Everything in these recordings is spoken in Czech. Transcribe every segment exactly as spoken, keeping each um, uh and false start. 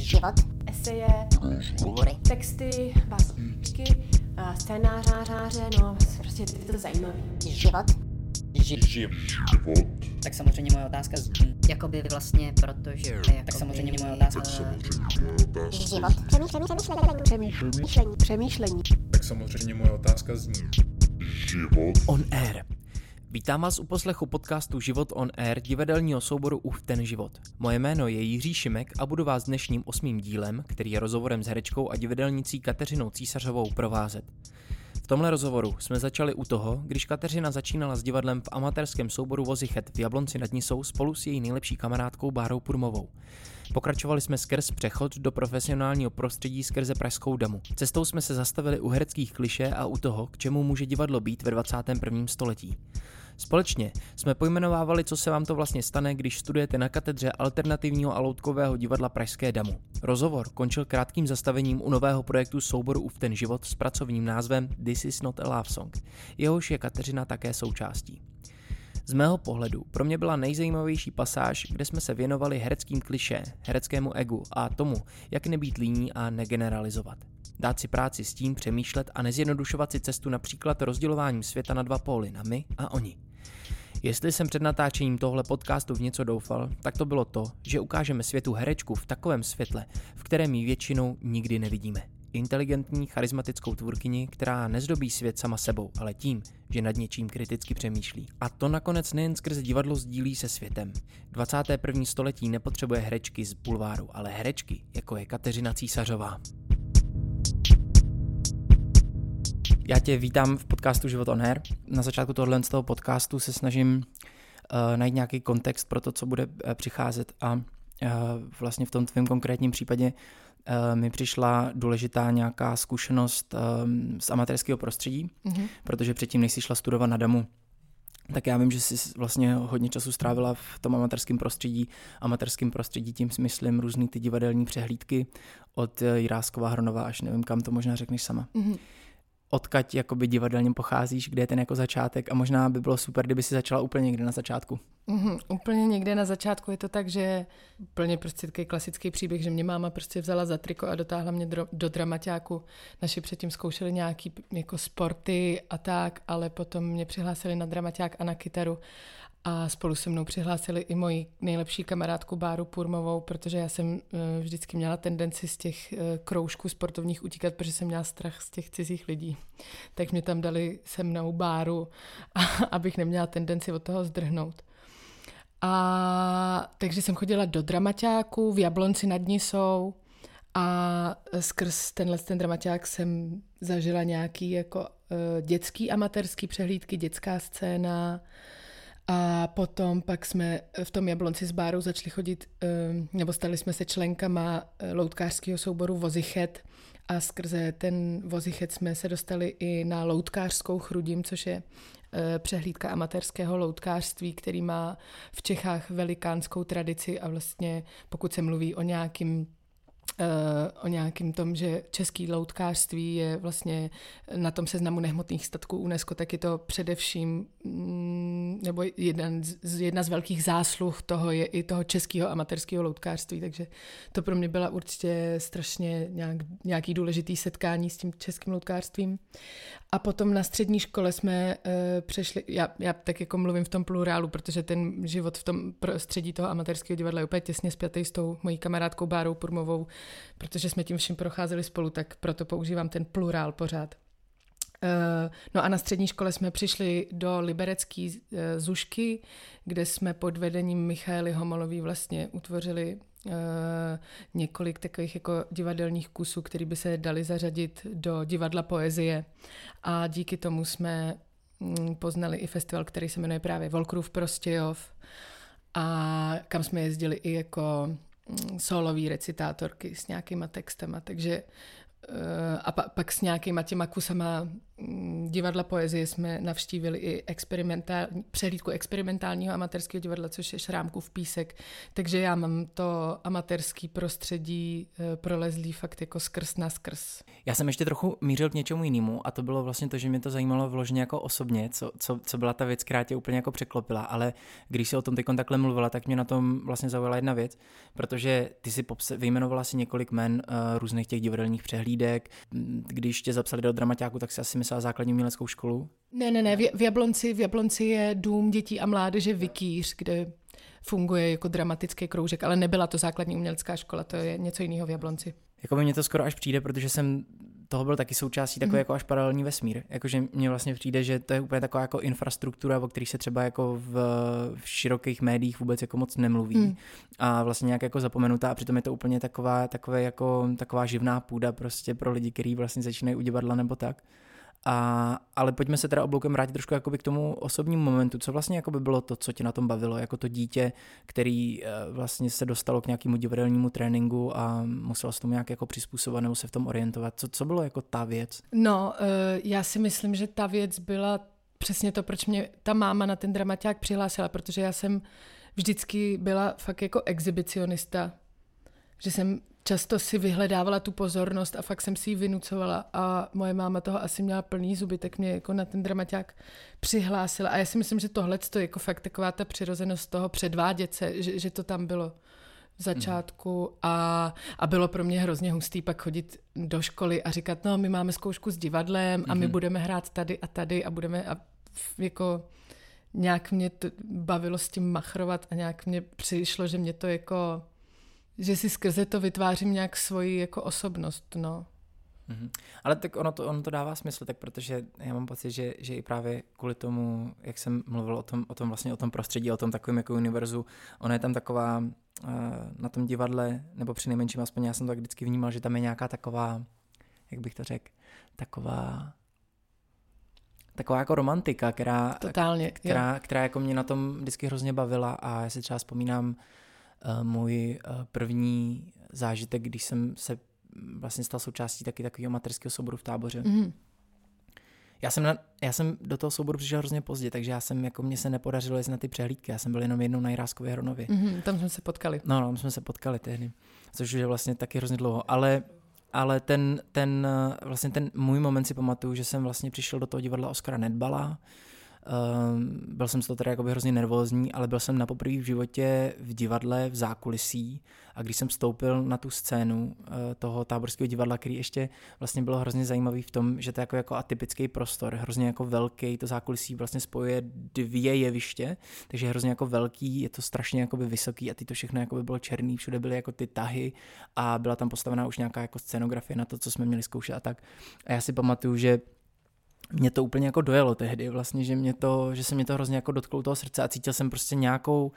život, eseje, rozhovory, texty, básničky, scénáře, no prostě je to zajímavý. Život. Život. Tak samozřejmě moje otázka z... Jakoby vlastně, protože... Jakoby... Tak samozřejmě moje otázka... Život. Přemýšlení. Přemýšlení. Přemýšlení. Tak samozřejmě moje otázka zní. Život. On Air. Vítám vás u poslechu podcastu Život on Air divadelního souboru Uf ten život. Moje jméno je Jiří Šimek a budu vás dnešním osmým dílem, který je rozhovorem s herečkou a divadelnicí Kateřinou Císařovou, provázet. V tomhle rozhovoru jsme začali u toho, když Kateřina začínala s divadlem v amatérském souboru Vozichet v Jablonci nad Nisou spolu s její nejlepší kamarádkou Bárou Purmovou. Pokračovali jsme skrz přechod do profesionálního prostředí skrze Pražskou damu. Cestou jsme se zastavili u hereckých klišé a u toho, k čemu může divadlo být ve dvacátém prvním století. Společně jsme pojmenovávali, co se vám to vlastně stane, když studujete na katedře alternativního a loutkového divadla Pražské damu. Rozhovor končil krátkým zastavením u nového projektu souboru Uf ten život s pracovním názvem This is not a love song. Jehož je Kateřina také součástí. Z mého pohledu pro mě byla nejzajímavější pasáž, kde jsme se věnovali hereckým klišé, hereckému egu a tomu, jak nebýt líní a negeneralizovat. Dát si práci s tím, přemýšlet a nezjednodušovat si cestu například rozdělováním světa na dva póly, na my a oni. Jestli jsem před natáčením tohle podcastu v něco doufal, tak to bylo to, že ukážeme světu herečku v takovém světle, v kterém ji většinou nikdy nevidíme. Inteligentní, charismatickou tvůrkyni, která nezdobí svět sama sebou, ale tím, že nad něčím kriticky přemýšlí. A to nakonec nejen skrze divadlo sdílí se světem. dvacáté první století nepotřebuje herečky z bulváru, ale herečky, jako je Kateřina Císařová. Já tě vítám v podcastu Život on Air. Na začátku tohohle z toho podcastu se snažím uh, najít nějaký kontext pro to, co bude uh, přicházet a uh, vlastně v tom tvém konkrétním případě uh, mi přišla důležitá nějaká zkušenost um, z amatérského prostředí, mm-hmm. protože předtím, než jsi šla studovat na damu, tak já vím, že jsi vlastně hodně času strávila v tom amatérském prostředí. Amatérském prostředí tím smyslím různý ty divadelní přehlídky od Jiráskova, Hronova až nevím kam, to možná řekneš sama. Mm-hmm. Odkud jakoby divadelně pocházíš, kde je ten jako začátek a možná by bylo super, kdyby si začala úplně někde na začátku. Mm-hmm, úplně někde na začátku je to tak, že úplně prostě takový klasický příběh, že mě máma prostě vzala za triko a dotáhla mě do, do dramaťáku. Naši předtím zkoušeli nějaký jako sporty a tak, ale potom mě přihlásili na dramaťák a na kytaru. A spolu se mnou přihlásili i moji nejlepší kamarádku Báru Purmovou, protože já jsem vždycky měla tendenci z těch kroužků sportovních utíkat, protože jsem měla strach z těch cizích lidí. Tak mě tam dali se mnou Báru, abych neměla tendenci od toho zdrhnout. A takže jsem chodila do dramaťáku v Jablonci nad Nisou a skrz tenhle ten dramaťák jsem zažila nějaký jako dětský amatérský přehlídky, dětská scéna. A potom pak jsme v tom Jablonci s Bárou začali chodit, nebo stali jsme se členkama loutkářského souboru Vozichet a skrze ten Vozichet jsme se dostali i na loutkářskou Chrudim, což je přehlídka amatérského loutkářství, který má v Čechách velikánskou tradici a vlastně pokud se mluví o nějakým o nějakým tom, že český loutkářství je vlastně na tom seznamu nehmotných statků UNESCO, tak je to především, nebo jedna z, jedna z velkých zásluh toho je i toho českého amatérského loutkářství, takže to pro mě byla určitě strašně nějak, nějaký důležitý setkání s tím českým loutkářstvím. A potom na střední škole jsme uh, přešli, já, já tak jako mluvím v tom plurálu, protože ten život v tom prostředí toho amatérského divadla je úplně těsně spjatý s tou mojí kamarádkou Bárou Purmovou, protože jsme tím vším procházeli spolu, tak proto používám ten plurál pořád. Uh, no a na střední škole jsme přišli do liberecké uh, Zušky, kde jsme pod vedením Michaely Homolový vlastně utvořili uh, několik takových jako divadelních kusů, které by se daly zařadit do divadla poezie. A díky tomu jsme mm, poznali i festival, který se jmenuje právě Volkrův Prostějov a kam jsme jezdili i jako solový recitátorky s nějakýma textama, takže a pa, pak s nějakýma těma kusama divadla poezie jsme navštívili i experimentální, přehlídku experimentálního amatérského divadla, což je Šrámkův Písek, takže já mám to amatérský prostředí prolezlý fakt jako skrz na skrz. Já jsem ještě trochu mířil k něčemu jinému a to bylo vlastně to, že mě to zajímalo vložně jako osobně, co, co, co byla ta věc, která tě úplně jako překlopila, ale když si o tom teď takhle mluvila, tak mě na tom vlastně zaujala jedna věc, protože ty si popse, vyjmenovala si několik jmen uh, různých těch divadelních přehlídek. Když tě zapsali do dramaťáku, tak si asi myslela základní uměleckou školu? Ne, ne, ne, v, v, Jablonci, v Jablonci je dům dětí a mládeže Vikýř, kde funguje jako dramatický kroužek, ale nebyla to základní umělecká škola, to je něco jiného v Jablonci. Jako by mě to skoro až přijde, protože jsem toho byl taky součástí takový mm. jako až paralelní vesmír. Jakože mně vlastně přijde, že to je úplně taková jako infrastruktura, o které se třeba jako v, v širokých médiích vůbec jako moc nemluví. Mm. A vlastně nějak jako zapomenutá a přitom je to úplně taková, takové jako, taková živná půda prostě pro lidi, kteří vlastně začínají u divadla nebo tak. A, ale pojďme se teda obloukem vrátit trošku jakoby k tomu osobnímu momentu. Co vlastně jakoby bylo to, co tě na tom bavilo? Jako to dítě, který vlastně se dostalo k nějakému divadelnímu tréninku a muselo se tomu nějak jako přizpůsobit nebo se v tom orientovat. Co, co bylo jako ta věc? No, já si myslím, že ta věc byla přesně to, proč mě ta máma na ten dramaťák přihlásila, protože já jsem vždycky byla fakt jako exhibicionista, že jsem často si vyhledávala tu pozornost a fakt jsem si ji vynucovala a moje máma toho asi měla plný zuby, tak mě jako na ten dramaťák přihlásila a já si myslím, že tohle je jako fakt taková ta přirozenost toho předvádět se, že, že to tam bylo v začátku a, a bylo pro mě hrozně hustý pak chodit do školy a říkat, no my máme zkoušku s divadlem a my budeme hrát tady a tady a budeme a jako nějak mě to bavilo s tím machrovat a nějak mě přišlo, že mě to jako že si skrze to vytvářím nějak svoji jako osobnost, no. Mm-hmm. Ale tak ono to, ono to dává smysl, tak protože já mám pocit, že, že i právě kvůli tomu, jak jsem mluvil o tom, o tom vlastně o tom prostředí, o tom takovém jako univerzu, ona je tam taková uh, na tom divadle, nebo přinejmenším aspoň já jsem to tak vždycky vnímal, že tam je nějaká taková, jak bych to řekl, taková taková jako romantika, která, Totálně, která, která jako mě na tom vždycky hrozně bavila a já si třeba vzpomínám Uh, můj uh, první zážitek, když jsem se vlastně stal součástí taky takového amatérského souboru v Táboře. Mm. Já jsem, na, já jsem do toho souboru přišel hrozně pozdě, takže já jsem, jako mně se nepodařilo jít na ty přehlídky, já jsem byl jenom jednou na Jiráskově Hronově. Mm, tam jsme se potkali. No, no, tam jsme se potkali tehdy, což je vlastně taky hrozně dlouho, ale, ale ten, ten, vlastně ten můj moment si pamatuju, že jsem vlastně přišel do toho divadla Oskara Nedbala. Um, byl jsem z toho teda jakoby hrozně nervózní, ale byl jsem na poprvé v životě v divadle v zákulisí a když jsem vstoupil na tu scénu uh, toho táborského divadla, který ještě vlastně bylo hrozně zajímavý v tom, že to je jako, jako atypický prostor, hrozně jako velký, to zákulisí vlastně spojuje dvě jeviště, takže je hrozně jako velký, je to strašně jakoby vysoký a ty to všechno jakoby bylo černý, všude byly jako ty tahy a byla tam postavená už nějaká jako scénografie na to, co jsme měli zkoušet a tak. A já si pamatuju, že mě to úplně jako dojelo tehdy vlastně, že, mě to, že se mě to hrozně jako dotklo toho srdce a cítil jsem prostě nějakou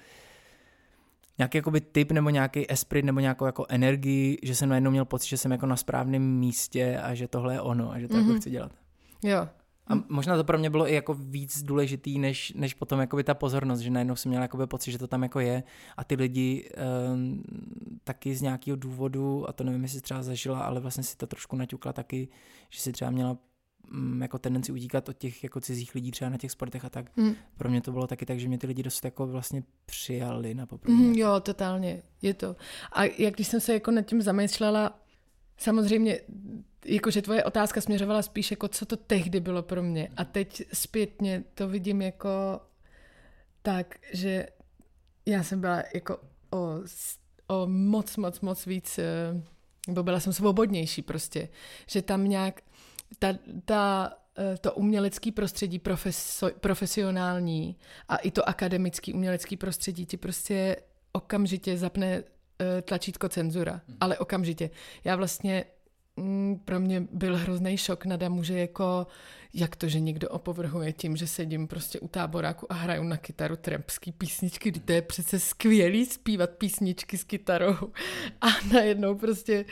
nějaký jakoby typ nebo nějaký esprit nebo nějakou jako energii, že jsem najednou měl pocit, že jsem jako na správném místě a že tohle je ono a že to mm-hmm. jako chci dělat. Jo. A možná to pro mě bylo i jako víc důležitý, než, než potom jakoby ta pozornost, že najednou jsem měl jakoby pocit, že to tam jako je a ty lidi um, taky z nějakého důvodu, a to nevím, jestli třeba zažila, ale vlastně si to trošku naťukla taky, že si třeba měla jako tendenci utíkat od těch jako cizích lidí třeba na těch sportech a tak. Mm. Pro mě to bylo taky tak, že mě ty lidi dost jako vlastně přijali na poprvé. Mm, jo, totálně, je to. A jak když jsem se jako nad tím zamýšlela, samozřejmě, jakože tvoje otázka směřovala spíš jako co to tehdy bylo pro mě. A teď zpětně to vidím jako tak, že já jsem byla jako o, o moc, moc, moc víc, nebo byla jsem svobodnější prostě. Že tam nějak Ta, ta, to umělecké prostředí profeso, profesionální a i to akademické umělecké prostředí ti prostě okamžitě zapne tlačítko cenzura, mm. ale okamžitě. Já vlastně, mm, pro mě byl hrozný šok na damu, že jako, jak to, že někdo opovrhuje tím, že sedím prostě u táboráku a hraju na kytaru trampský písničky, to je přece skvělý zpívat písničky s kytarou a najednou prostě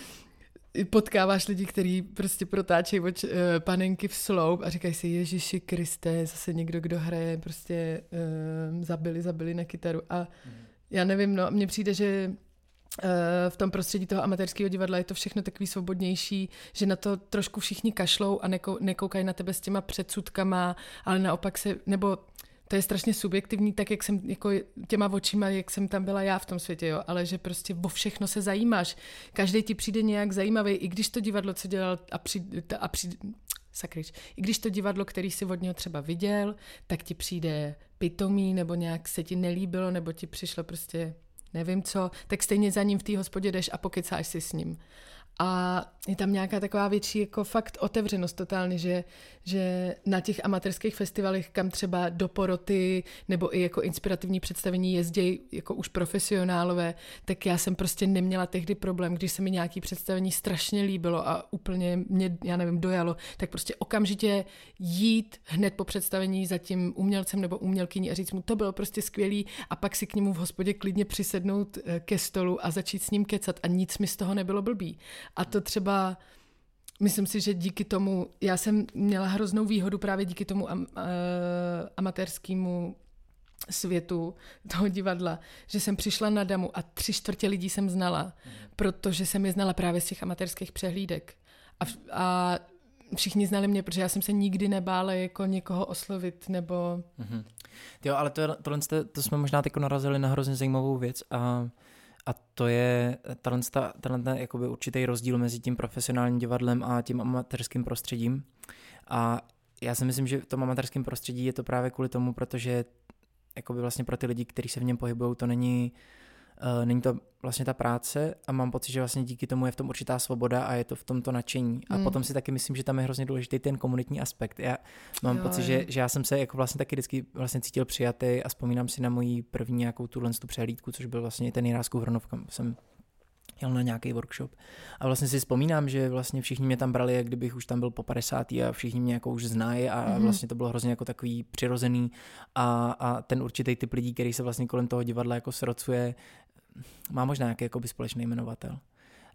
potkáváš lidi, kteří prostě protáčejí oč, uh, panenky v sloup a říkají si, Ježiši Kriste, zase někdo, kdo hraje, prostě uh, zabili, zabili na kytaru. A mm. já nevím, no, mně přijde, že v tom prostředí toho amatérského divadla je to všechno takový svobodnější, že na to trošku všichni kašlou a nekou, nekoukají na tebe s těma předsudkama, ale naopak se, nebo to je strašně subjektivní, tak jak jsem jako těma očima, jak jsem tam byla já v tom světě, jo, ale že prostě o všechno se zajímáš. Každý ti přijde nějak zajímavý, i když to divadlo, co dělal a přijde, a přijde sakryč, i když to divadlo, který si od něho třeba viděl, tak ti přijde pitomý, nebo nějak se ti nelíbilo, nebo ti přišlo prostě nevím co, tak stejně za ním v té hospodě jdeš a pokecáš si s ním. A je tam nějaká taková větší jako fakt otevřenost totálně, že, že na těch amatérských festivalech, kam třeba do poroty nebo i jako inspirativní představení jezdí jako už profesionálové, tak já jsem prostě neměla tehdy problém, když se mi nějaký představení strašně líbilo a úplně mě, já nevím, dojalo, tak prostě okamžitě jít hned po představení za tím umělcem nebo umělkyní a říct mu, to bylo prostě skvělý a pak si k němu v hospodě klidně přisednout ke stolu a začít s ním kecat a nic mi z toho nebylo blbý. A to třeba, myslím si, že díky tomu, já jsem měla hroznou výhodu právě díky tomu am, uh, amatérskému světu toho divadla, že jsem přišla na damu a tři čtvrtě lidí jsem znala, protože jsem je znala právě z těch amatérských přehlídek. A, a všichni znali mě, protože já jsem se nikdy nebála jako někoho oslovit, nebo... Mm-hmm. Jo, ale to, tohle, to jsme možná teď narazili na hrozně zajímavou věc a A to je tenhle jakoby určitý rozdíl mezi tím profesionálním divadlem a tím amatérským prostředím. A já si myslím, že v tom amatérském prostředí je to právě kvůli tomu, protože jakoby vlastně pro ty lidi, kteří se v něm pohybují, to není, uh, není to vlastně ta práce a mám pocit, že vlastně díky tomu je v tom určitá svoboda a je to v tomto nadšení. A mm. potom si taky myslím, že tam je hrozně důležitý ten komunitní aspekt. Já mám jo, pocit, že, že já jsem se jako vlastně taky vždycky vlastně cítil přijatý a vzpomínám si na moji první nějakou tuhle tu přehlídku, což byl vlastně ten Jiráskův Hronov, kam jsem jel na nějaký workshop. A vlastně si vzpomínám, že vlastně všichni mě tam brali, jak kdybych už tam byl po padesátý a všichni mě jako už znají a mm-hmm. vlastně to bylo hrozně jako takový přirozený a, a ten určitý typ lidí, který se vlastně kolem toho divadla jako srocuje, má možná nějaký jakoby společný jmenovatel. Uh,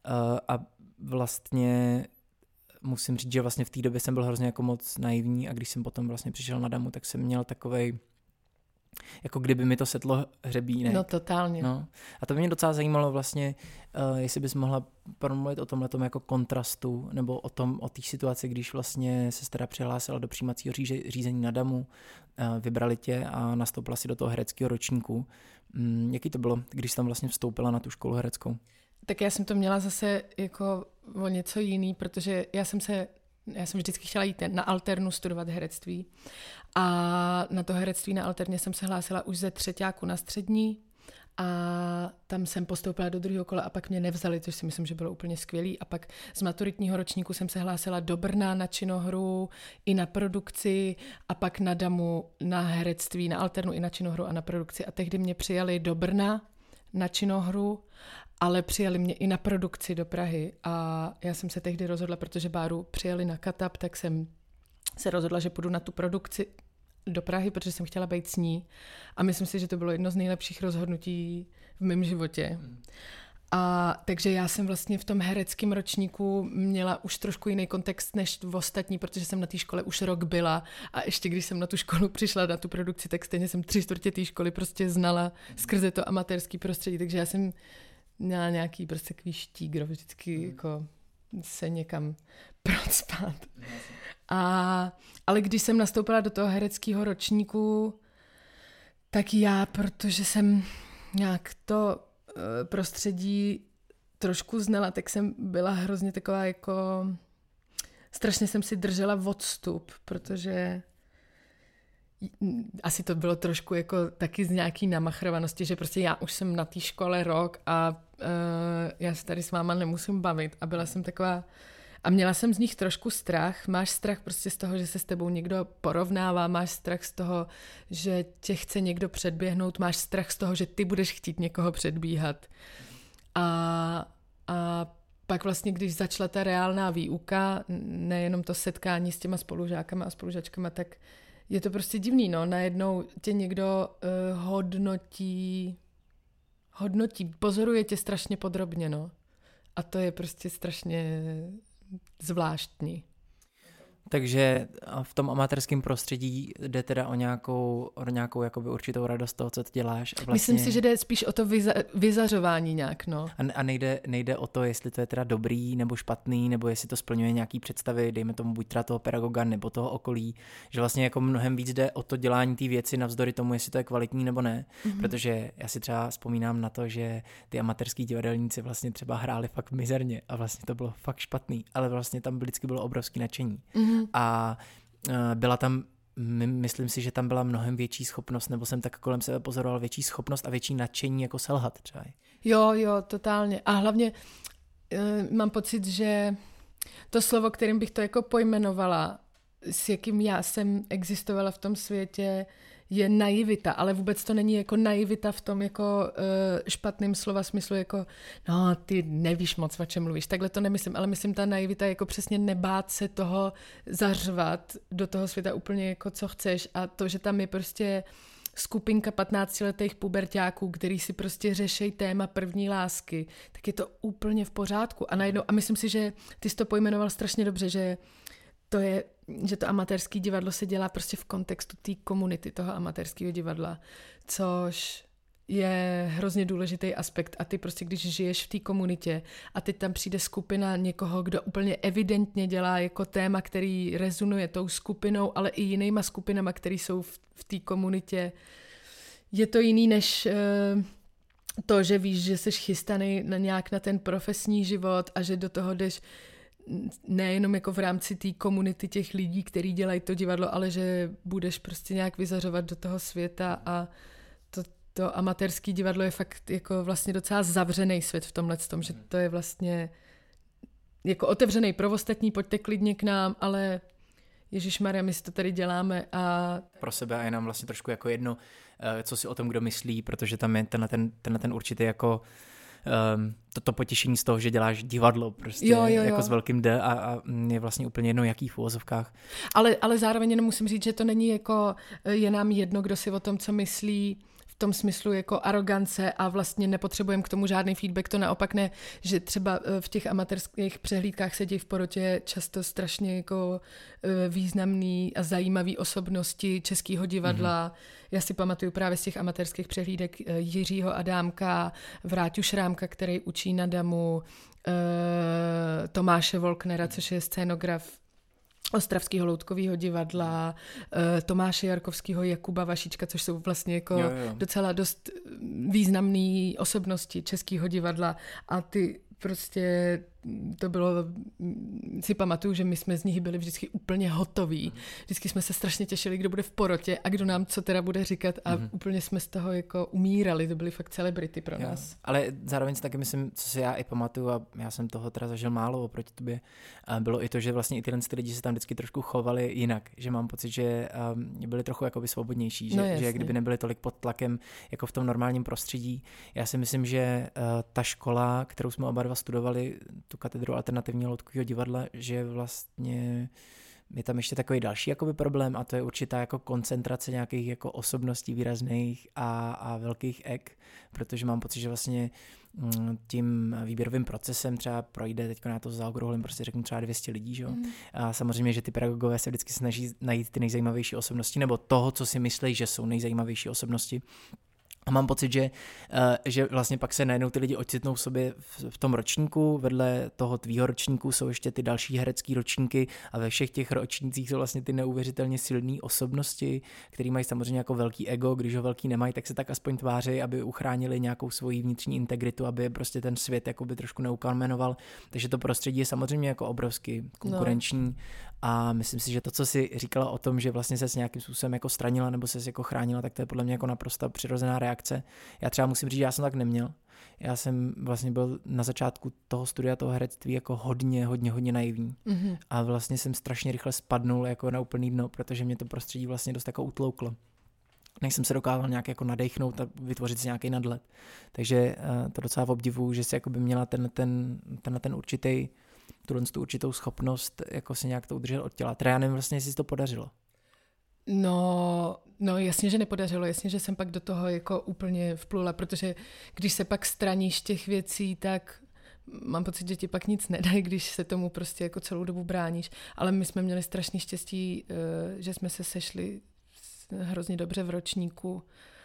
a vlastně musím říct, že vlastně v té době jsem byl hrozně jako moc naivní a když jsem potom vlastně přišel na damu, tak jsem měl takovej, jako kdyby mi to setlo hřebínek. No totálně. No. A to by mě docela zajímalo vlastně, uh, jestli bys mohla promluvit o tomhletom jako kontrastu, nebo o tom, o té situaci, když vlastně se teda přihlásila do přijímacího řízení na damu, uh, vybrali tě a nastoupila si do toho hereckého ročníku. Um, jaký to bylo, když jsi tam vlastně vstoupila na tu školu hereckou? Tak já jsem to měla zase jako o něco jiný, protože já jsem se Já jsem vždycky chtěla jít na alternu studovat herectví a na to herectví na alterně jsem se hlásila už ze třeťáku na střední a tam jsem postoupila do druhého kola a pak mě nevzali, což si myslím, že bylo úplně skvělý a pak z maturitního ročníku jsem se hlásila do Brna na činohru i na produkci a pak na damu na herectví, na alternu i na činohru a na produkci a tehdy mě přijali do Brna na činohru, ale přijali mě i na produkci do Prahy a já jsem se tehdy rozhodla, protože Báru přijali na Katap, tak jsem se rozhodla, že půjdu na tu produkci do Prahy, protože jsem chtěla být s ní a myslím si, že to bylo jedno z nejlepších rozhodnutí v mém životě. A takže já jsem vlastně v tom hereckém ročníku měla už trošku jiný kontext než v ostatní, protože jsem na té škole už rok byla a ještě když jsem na tu školu přišla, na tu produkci, tak stejně jsem tři čtvrtě té školy prostě znala skrze to amatérský prostředí, takže já jsem měla nějaký prostě takový štígro, vždycky jako se někam procpat. A, ale když jsem nastoupila do toho hereckého ročníku, tak já, protože jsem nějak to prostředí trošku znala, tak jsem byla hrozně taková jako... Strašně jsem si držela odstup, protože asi to bylo trošku jako taky z nějaký namachrovanosti, že prostě já už jsem na té škole rok a uh, já se tady s váma nemusím bavit a byla jsem taková... A měla jsem z nich trošku strach. Máš strach prostě z toho, že se s tebou někdo porovnává, máš strach z toho, že tě chce někdo předběhnout, máš strach z toho, že ty budeš chtít někoho předbíhat. A, a pak vlastně, když začala ta reálná výuka, nejenom to setkání s těma spolužákama a spolužačkama, tak je to prostě divný, no. Najednou tě někdo uh, hodnotí, hodnotí, pozoruje tě strašně podrobně, no. A to je prostě strašně... zvláštní. Takže v tom amatérském prostředí jde teda o nějakou, o nějakou jakoby určitou radost toho, co ty děláš. A vlastně... Myslím si, že jde spíš o to vyza- vyzařování nějak, no. A, a nejde, nejde o to, jestli to je teda dobrý nebo špatný, nebo jestli to splňuje nějaký představy, dejme tomu buď teda toho pedagoga nebo toho okolí, že vlastně jako mnohem víc jde o to dělání té věci navzdory tomu, jestli to je kvalitní nebo ne. Mm-hmm. Protože já si třeba vzpomínám na to, že ty amatérský divadelníci vlastně třeba hráli fakt mizerně a vlastně to bylo fakt špatný, ale vlastně tam vždycky bylo obrovský nadšení. Mm-hmm. A uh, byla tam, my, myslím si, že tam byla mnohem větší schopnost, nebo jsem tak kolem sebe pozoroval větší schopnost a větší nadšení jako selhat třeba. Jo, jo, totálně. A hlavně uh, mám pocit, že to slovo, kterým bych to jako pojmenovala, s jakým já jsem existovala v tom světě, je naivita, ale vůbec to není jako naivita v tom jako uh, špatným slova smyslu, jako no, ty nevíš moc, o čem mluvíš. Takhle to nemyslím, ale myslím ta naivita jako přesně nebát se toho zařvat do toho světa úplně jako co chceš a to, že tam je prostě skupinka patnáctiletých puberťáků, který si prostě řešejí téma první lásky, tak je to úplně v pořádku. A najednou, a myslím si, že ty jsi to pojmenoval strašně dobře, že to je, že to amatérské divadlo se dělá prostě v kontextu té komunity toho amatérského divadla, což je hrozně důležitý aspekt a ty prostě, když žiješ v té komunitě a teď tam přijde skupina někoho, kdo úplně evidentně dělá jako téma, který rezonuje tou skupinou, ale i jinýma skupinama, který jsou v, v té komunitě, je to jiný než uh, to, že víš, že jsi chystaný na nějak na ten profesní život a že do toho jdeš nejenom jako v rámci té komunity těch lidí, kteří dělají to divadlo, ale že budeš prostě nějak vyzařovat do toho světa a to, to amatérský divadlo je fakt jako vlastně docela zavřený svět v tomhle tom, že to je vlastně jako otevřený pro ostatní, pojďte klidně k nám, ale ježišmarja, my si to tady děláme a... Pro sebe a je nám vlastně trošku jako jedno, co si o tom kdo myslí, protože tam je tenhle ten, tenhle ten určitý jako Um, toto potěšení z toho, že děláš divadlo prostě jo, jo, jo. jako s velkým D a, a je vlastně úplně jedno, jaký v uvozovkách. Ale, ale zároveň jenom musím říct, že to není jako je nám jedno, kdo si o tom, co myslí, v tom smyslu jako arogance a vlastně nepotřebujeme k tomu žádný feedback, to naopak ne, že třeba v těch amatérských přehlídkách sedí v porotě často strašně jako významný a zajímavý osobnosti českého divadla. Mm-hmm. Já si pamatuju právě z těch amatérských přehlídek Jiřího Adámka, Vráťu Šrámka, který učí na damu, Tomáše Volknera, což je scénograf Ostravského loutkového divadla, Tomáše Jarkovského, Jakuba Vašíčka, což jsou vlastně jako jo, jo. docela dost významné osobnosti českého divadla a ty prostě to bylo, si pamatuju, že my jsme z nich byli vždycky úplně hotoví. Vždycky jsme se strašně těšili, kdo bude v porotě a kdo nám co teda bude říkat a mm-hmm. úplně jsme z toho jako umírali, to byly fakt celebrity pro nás. Jo. Ale zároveň si taky myslím, co si já i pamatuju a já jsem toho teda zažil málo oproti tobě, bylo i to, že vlastně i tyhle lidi se tam vždycky trošku chovali jinak, že mám pocit, že byli trochu jakoby svobodnější, že, no že kdyby nebyli tolik pod tlakem jako v tom normálním prostředí. Já si myslím, že ta škola, kterou jsme oba dva studovali, tu katedru alternativního loutkového divadla, že vlastně je tam ještě takový další jakoby problém a to je určitá jako koncentrace nějakých jako osobností výrazných a, a velkých ek, protože mám pocit, že vlastně tím výběrovým procesem třeba projde teďko na to zaokrouhlím, prostě řeknu třeba dvě stě lidí, že? Mm. A samozřejmě, že ty pedagogové se vždycky snaží najít ty nejzajímavější osobnosti nebo toho, co si myslí, že jsou nejzajímavější osobnosti. A mám pocit, že, že vlastně pak se najednou ty lidi ocitnou v sobě v tom ročníku, vedle toho tvýho ročníku jsou ještě ty další herecký ročníky a ve všech těch ročnících jsou vlastně ty neuvěřitelně silné osobnosti, které mají samozřejmě jako velký ego, když ho velký nemají, tak se tak aspoň tváří, aby uchránili nějakou svoji vnitřní integritu, aby prostě ten svět jakoby trošku neukamenoval. Takže to prostředí je samozřejmě jako obrovsky konkurenční no. A myslím si, že to, co jsi říkala o tom, že vlastně ses nějakým způsobem jako stranila nebo ses jako chránila, tak to je podle mě jako naprosto přirozená reakce. Já třeba musím říct, že já jsem tak neměl. Já jsem vlastně byl na začátku toho studia, toho herectví jako hodně, hodně, hodně naivní. Mm-hmm. A vlastně jsem strašně rychle spadnul jako na úplný dno, protože mě to prostředí vlastně dost jako utlouklo. Než jsem se dokázal nějak jako nadechnout a vytvořit si nějaký nadhled. Takže uh, to docela obdivuju, že si jako by měla ten, ten, ten, ten určitý, tuhle tu určitou schopnost jako si nějak to udržet od těla. Teda já nevím vlastně, jestli si to podařilo. No, no jasně, že nepodařilo, jasně, že jsem pak do toho jako úplně vplula, protože když se pak straníš těch věcí, tak mám pocit, že ti pak nic nedají, když se tomu prostě jako celou dobu bráníš. Ale my jsme měli strašně štěstí, že jsme se sešli hrozně dobře v ročníku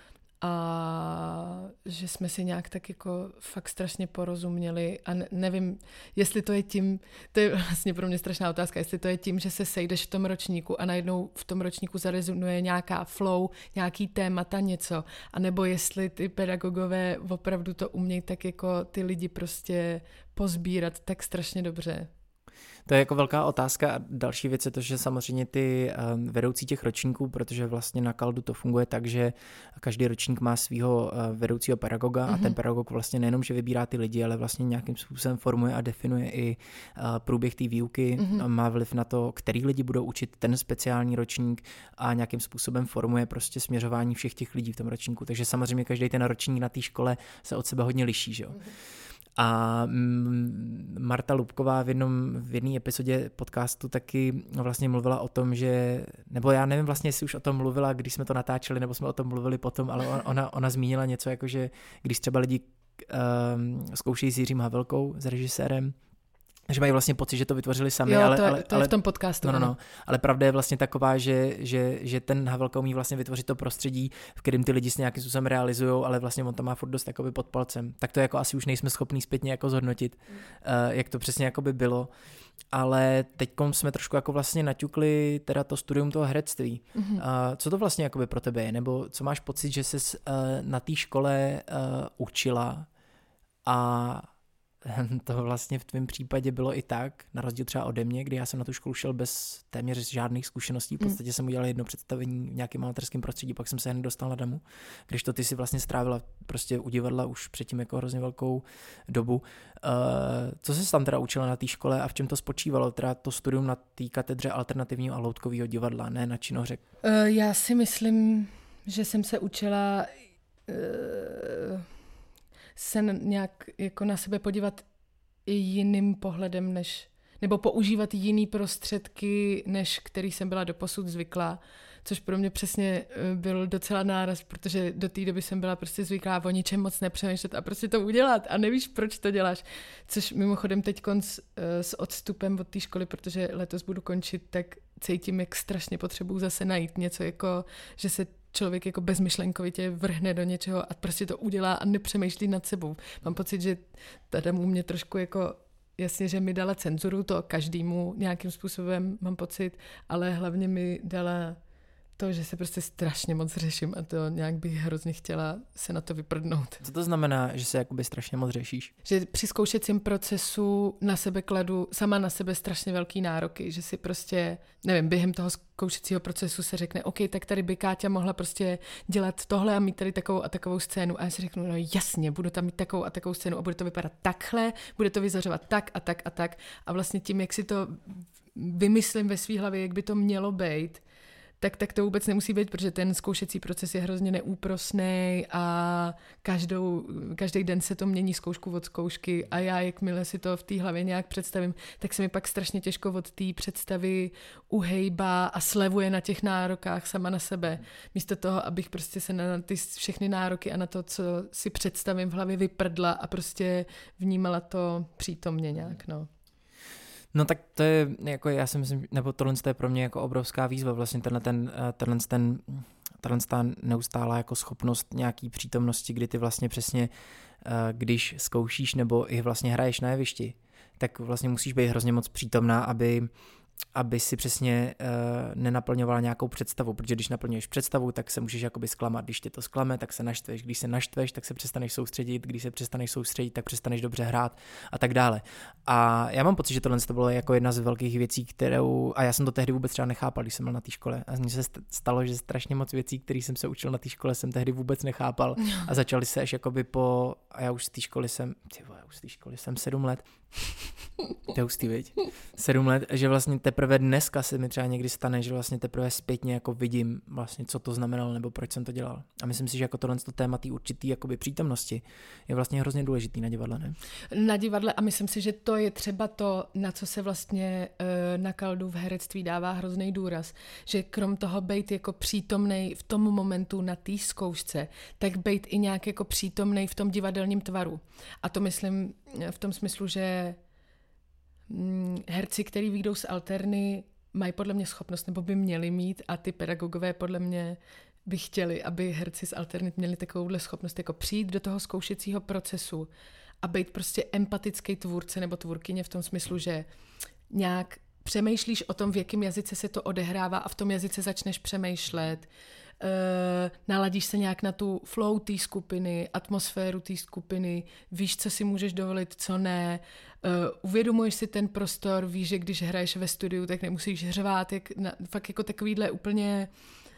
a že jsme si nějak tak jako fakt strašně porozuměli a ne, nevím, jestli to je tím, to je vlastně pro mě strašná otázka, jestli to je tím, že se sejdeš v tom ročníku a najednou v tom ročníku zarezonuje nějaká flow, nějaký témata, něco, anebo jestli ty pedagogové opravdu to umějí tak jako ty lidi prostě pozbírat tak strašně dobře. To je jako velká otázka a další věc je to, že samozřejmě ty um, vedoucí těch ročníků, protože vlastně na Kaldu to funguje tak, že každý ročník má svého uh, vedoucího pedagoga mm-hmm. a ten pedagog vlastně nejenom, že vybírá ty lidi, ale vlastně nějakým způsobem formuje a definuje i uh, průběh té výuky, mm-hmm. má vliv na to, který lidi budou učit ten speciální ročník a nějakým způsobem formuje prostě směřování všech těch lidí v tom ročníku. Takže samozřejmě každý ten ročník na té škole se od sebe hodně liší, že jo. Mm-hmm. A Marta Lubková v jednom v jedné epizodě podcastu taky vlastně mluvila o tom, že, nebo já nevím vlastně, jestli už o tom mluvila, když jsme to natáčeli, nebo jsme o tom mluvili potom, ale ona, ona zmínila něco jako, že když třeba lidi um, zkoušejí s Jiřím Havelkou, s režisérem, že mají vlastně pocit, že to vytvořili sami. Jo, ale, to, je, ale, to je ale, v tom podcastu. No, no, no, ale pravda je vlastně taková, že, že, že ten Havelka umí vlastně vytvořit to prostředí, v kterém ty lidi s nějakým způsobem realizují, ale vlastně on to má furt dost jakoby pod palcem. Tak to jako asi už nejsme schopní zpětně jako zhodnotit, mm. uh, jak to přesně jakoby bylo. Ale teďkom jsme trošku jako vlastně naťukli teda to studium toho herectví. Mm-hmm. Uh, co to vlastně jakoby pro tebe je? Nebo co máš pocit, že ses uh, na té škole uh, učila a to vlastně v tvém případě bylo i tak, na rozdíl třeba ode mě, kdy já jsem na tu školu šel bez téměř žádných zkušeností, v podstatě jsem udělal jedno představení v nějakém amatérském prostředí, pak jsem se hned dostal na damu, když to ty si vlastně strávila prostě u divadla už předtím jako hrozně velkou dobu. Uh, co jsi tam teda učila na té škole a v čem to spočívalo, teda to studium na té katedře alternativního a loutkového divadla, ne na činohře? Uh, já si myslím, že jsem se učila... Uh... se nějak jako na sebe podívat i jiným pohledem, než, nebo používat jiný prostředky, než který jsem byla doposud zvyklá, což pro mě přesně byl docela náraz, protože do té doby jsem byla prostě zvyklá o ničem moc nepřemýšlet a prostě to udělat a nevíš, proč to děláš. Což mimochodem teď s, s odstupem od té školy, protože letos budu končit, tak cítím, jak strašně potřebuju zase najít něco jako, že se člověk jako bezmyšlenkovitě vrhne do něčeho a prostě to udělá a nepřemýšlí nad sebou. Mám pocit, že tady mu mě trošku jako, jasně, že mi dala cenzuru, to každému nějakým způsobem mám pocit, ale hlavně mi dala to, že se prostě strašně moc řeším a to nějak bych hrozně chtěla se na to vyprdnout. Co to znamená, že se jakoby strašně moc řešíš? Že při zkoušecím procesu na sebe kladu sama na sebe strašně velký nároky, že si prostě, nevím, během toho zkoušecího procesu se řekne, OK, tak tady by Káťa mohla prostě dělat tohle a mít tady takovou a takovou scénu. A já si řeknu, no jasně, budu tam mít takovou a takovou scénu a bude to vypadat takhle, bude to vyzařovat tak a tak a tak. A vlastně tím, jak si to vymyslím ve svý hlavě, jak by to mělo být, tak, tak to vůbec nemusí být, protože ten zkoušecí proces je hrozně neúprosný a každou, každý den se to mění zkoušku od zkoušky a já, jakmile si to v té hlavě nějak představím, tak se mi pak strašně těžko od té představy uhejbá a slevuje na těch nárokách sama na sebe. Místo toho, abych prostě se na ty všechny nároky a na to, co si představím v hlavě, vyprdla a prostě vnímala to přítomně nějak, no. No tak to je, jako já si myslím, nebo tohle je pro mě jako obrovská výzva, vlastně tenhle ten, tenhle ten, tenhle ta neustálá jako schopnost nějaký přítomnosti, kdy ty vlastně přesně, když zkoušíš nebo i vlastně hraješ na jevišti, tak vlastně musíš být hrozně moc přítomná, aby aby si přesně uh, nenaplňovala nějakou představu, protože když naplňuješ představu, tak se můžeš jakoby zklamat, když tě to zklame, tak se naštveš, když se naštveš, tak se přestaneš soustředit, když se přestaneš soustředit, tak přestaneš dobře hrát a tak dále. A já mám pocit, že tohle to bylo jako jedna z velkých věcí, kterou, a já jsem to tehdy vůbec třeba nechápal, když jsem byl na té škole a mně se stalo, že strašně moc věcí, které jsem se učil na té škole, jsem tehdy vůbec nechápal a začaly se až jakoby po, a já už z té školy jsem, tyvo, já už z té školy jsem sedm let, to je hustý, viď? Sedm let, že vlastně teprve dneska se mi třeba někdy stane, že vlastně teprve zpětně jako vidím vlastně, co to znamenalo nebo proč jsem to dělal. A myslím si, že jako tohle téma té určitý jakoby přítomnosti je vlastně hrozně důležitý na divadle, ne? Na divadle a myslím si, že to je třeba to, na co se vlastně uh, na Kaldu v herectví dává hrozný důraz, že krom toho bejt jako přítomnej v tom momentu na té zkoušce, tak bejt i nějak jako přítomnej v tom divadelním divadelním tvaru. A to myslím v tom smyslu, že herci, který vyjdou z alterny, mají podle mě schopnost, nebo by měli mít, a ty pedagogové podle mě by chtěli, aby herci z alternit měli takovouhle schopnost jako přijít do toho zkoušecího procesu a být prostě empatický tvůrce nebo tvůrkyně v tom smyslu, že nějak přemýšlíš o tom, v jakém jazyce se to odehrává a v tom jazyce začneš přemýšlet. Uh, naladíš se nějak na tu flow té skupiny, atmosféru té skupiny, víš, co si můžeš dovolit, co ne, uh, uvědomuješ si ten prostor, víš, že když hraješ ve studiu, tak nemusíš řvát, jak na, fakt jako takovýhle úplně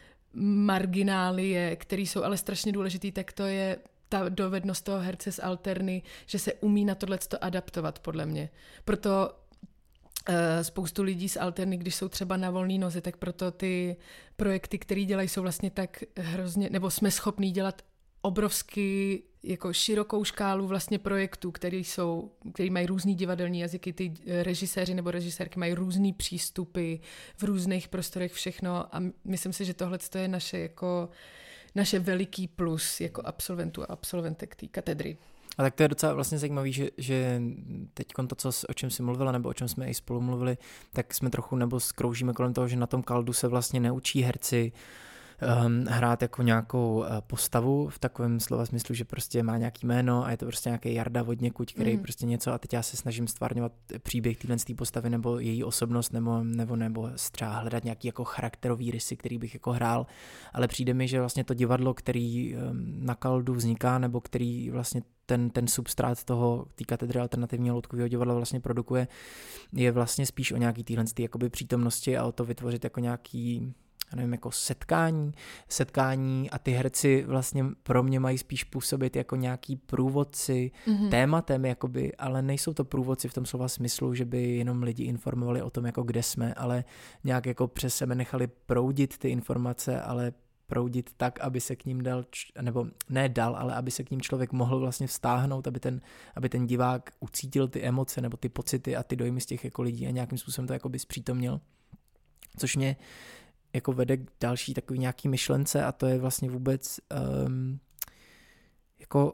marginálie, který jsou ale strašně důležitý, tak to je ta dovednost toho herce z alterny, že se umí na tohleto adaptovat, podle mě. Proto spoustu lidí z alterny, když jsou třeba na volný noze, tak proto ty projekty, které dělají, jsou vlastně tak hrozně, nebo jsme schopní dělat obrovsky jako širokou škálu vlastně projektů, které jsou, které mají různý divadelní jazyky, ty režiséři nebo režisérky mají různý přístupy v různých prostorech, všechno, a myslím si, že tohle je naše jako naše veliký plus jako absolventů a absolventek té katedry. A tak to je docela vlastně zajímavý, že, že teď to, co, o čem jsi mluvila, nebo o čem jsme i spolu mluvili, tak jsme trochu nebo skroužíme kolem toho, že na tom Kaldu se vlastně neučí herci um, hrát jako nějakou uh, postavu v takovém slova smyslu, že prostě má nějaký jméno a je to prostě nějaký Jarda odněkuď, který mm. prostě něco, a teď já se snažím stvárňovat příběh téhle postavy nebo její osobnost, nebo, nebo, nebo třeba hledat nějaký jako charakterový rysy, který bych jako hrál, ale přijde mi, že vlastně to divadlo, který um, na Kaldu vzniká, nebo který vlastně ten, ten substrát toho, té katedry alternativního loutkového divadla vlastně produkuje, je vlastně spíš o nějaký téhle jakoby přítomnosti a o to vytvořit jako nějaký, já nevím, jako setkání, setkání a ty herci vlastně pro mě mají spíš působit jako nějaký průvodci mm-hmm. tématem, jakoby, ale nejsou to průvodci v tom slova smyslu, že by jenom lidi informovali o tom, jako kde jsme, ale nějak jako přes sebe nechali proudit ty informace, ale proudit tak, aby se k ním dal, nebo ne dal, ale aby se k ním člověk mohl vlastně vztáhnout, aby ten, aby ten divák ucítil ty emoce nebo ty pocity a ty dojmy z těch jako lidí a nějakým způsobem to jakoby zpřítomnil. Což mě jako vede k další takový nějaký myšlence, a to je vlastně vůbec um, jako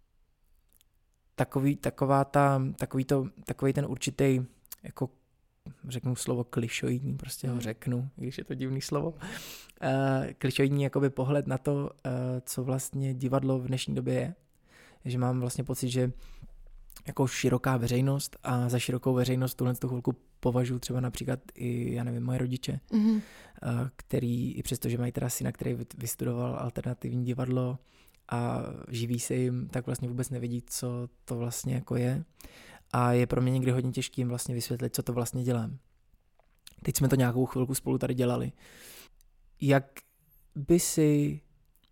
takový, taková ta, takový, to, takový ten určitý jako řeknu slovo klišoidní, prostě ho řeknu, když je to divný slovo. Uh, klišoidní jakoby pohled na to, uh, co vlastně divadlo v dnešní době je. Že mám vlastně pocit, že jako široká veřejnost, a za širokou veřejnost tuhle tu chvilku považuji třeba například i, já nevím, moje rodiče, mm-hmm. uh, který, i přesto, že mají teda syna, který vystudoval alternativní divadlo a živí se jim, tak vlastně vůbec nevědí, co to vlastně jako je. A je pro mě někdy hodně těžký jim vlastně vysvětlit, co to vlastně dělám. Teď jsme to nějakou chvilku spolu tady dělali. Jak by si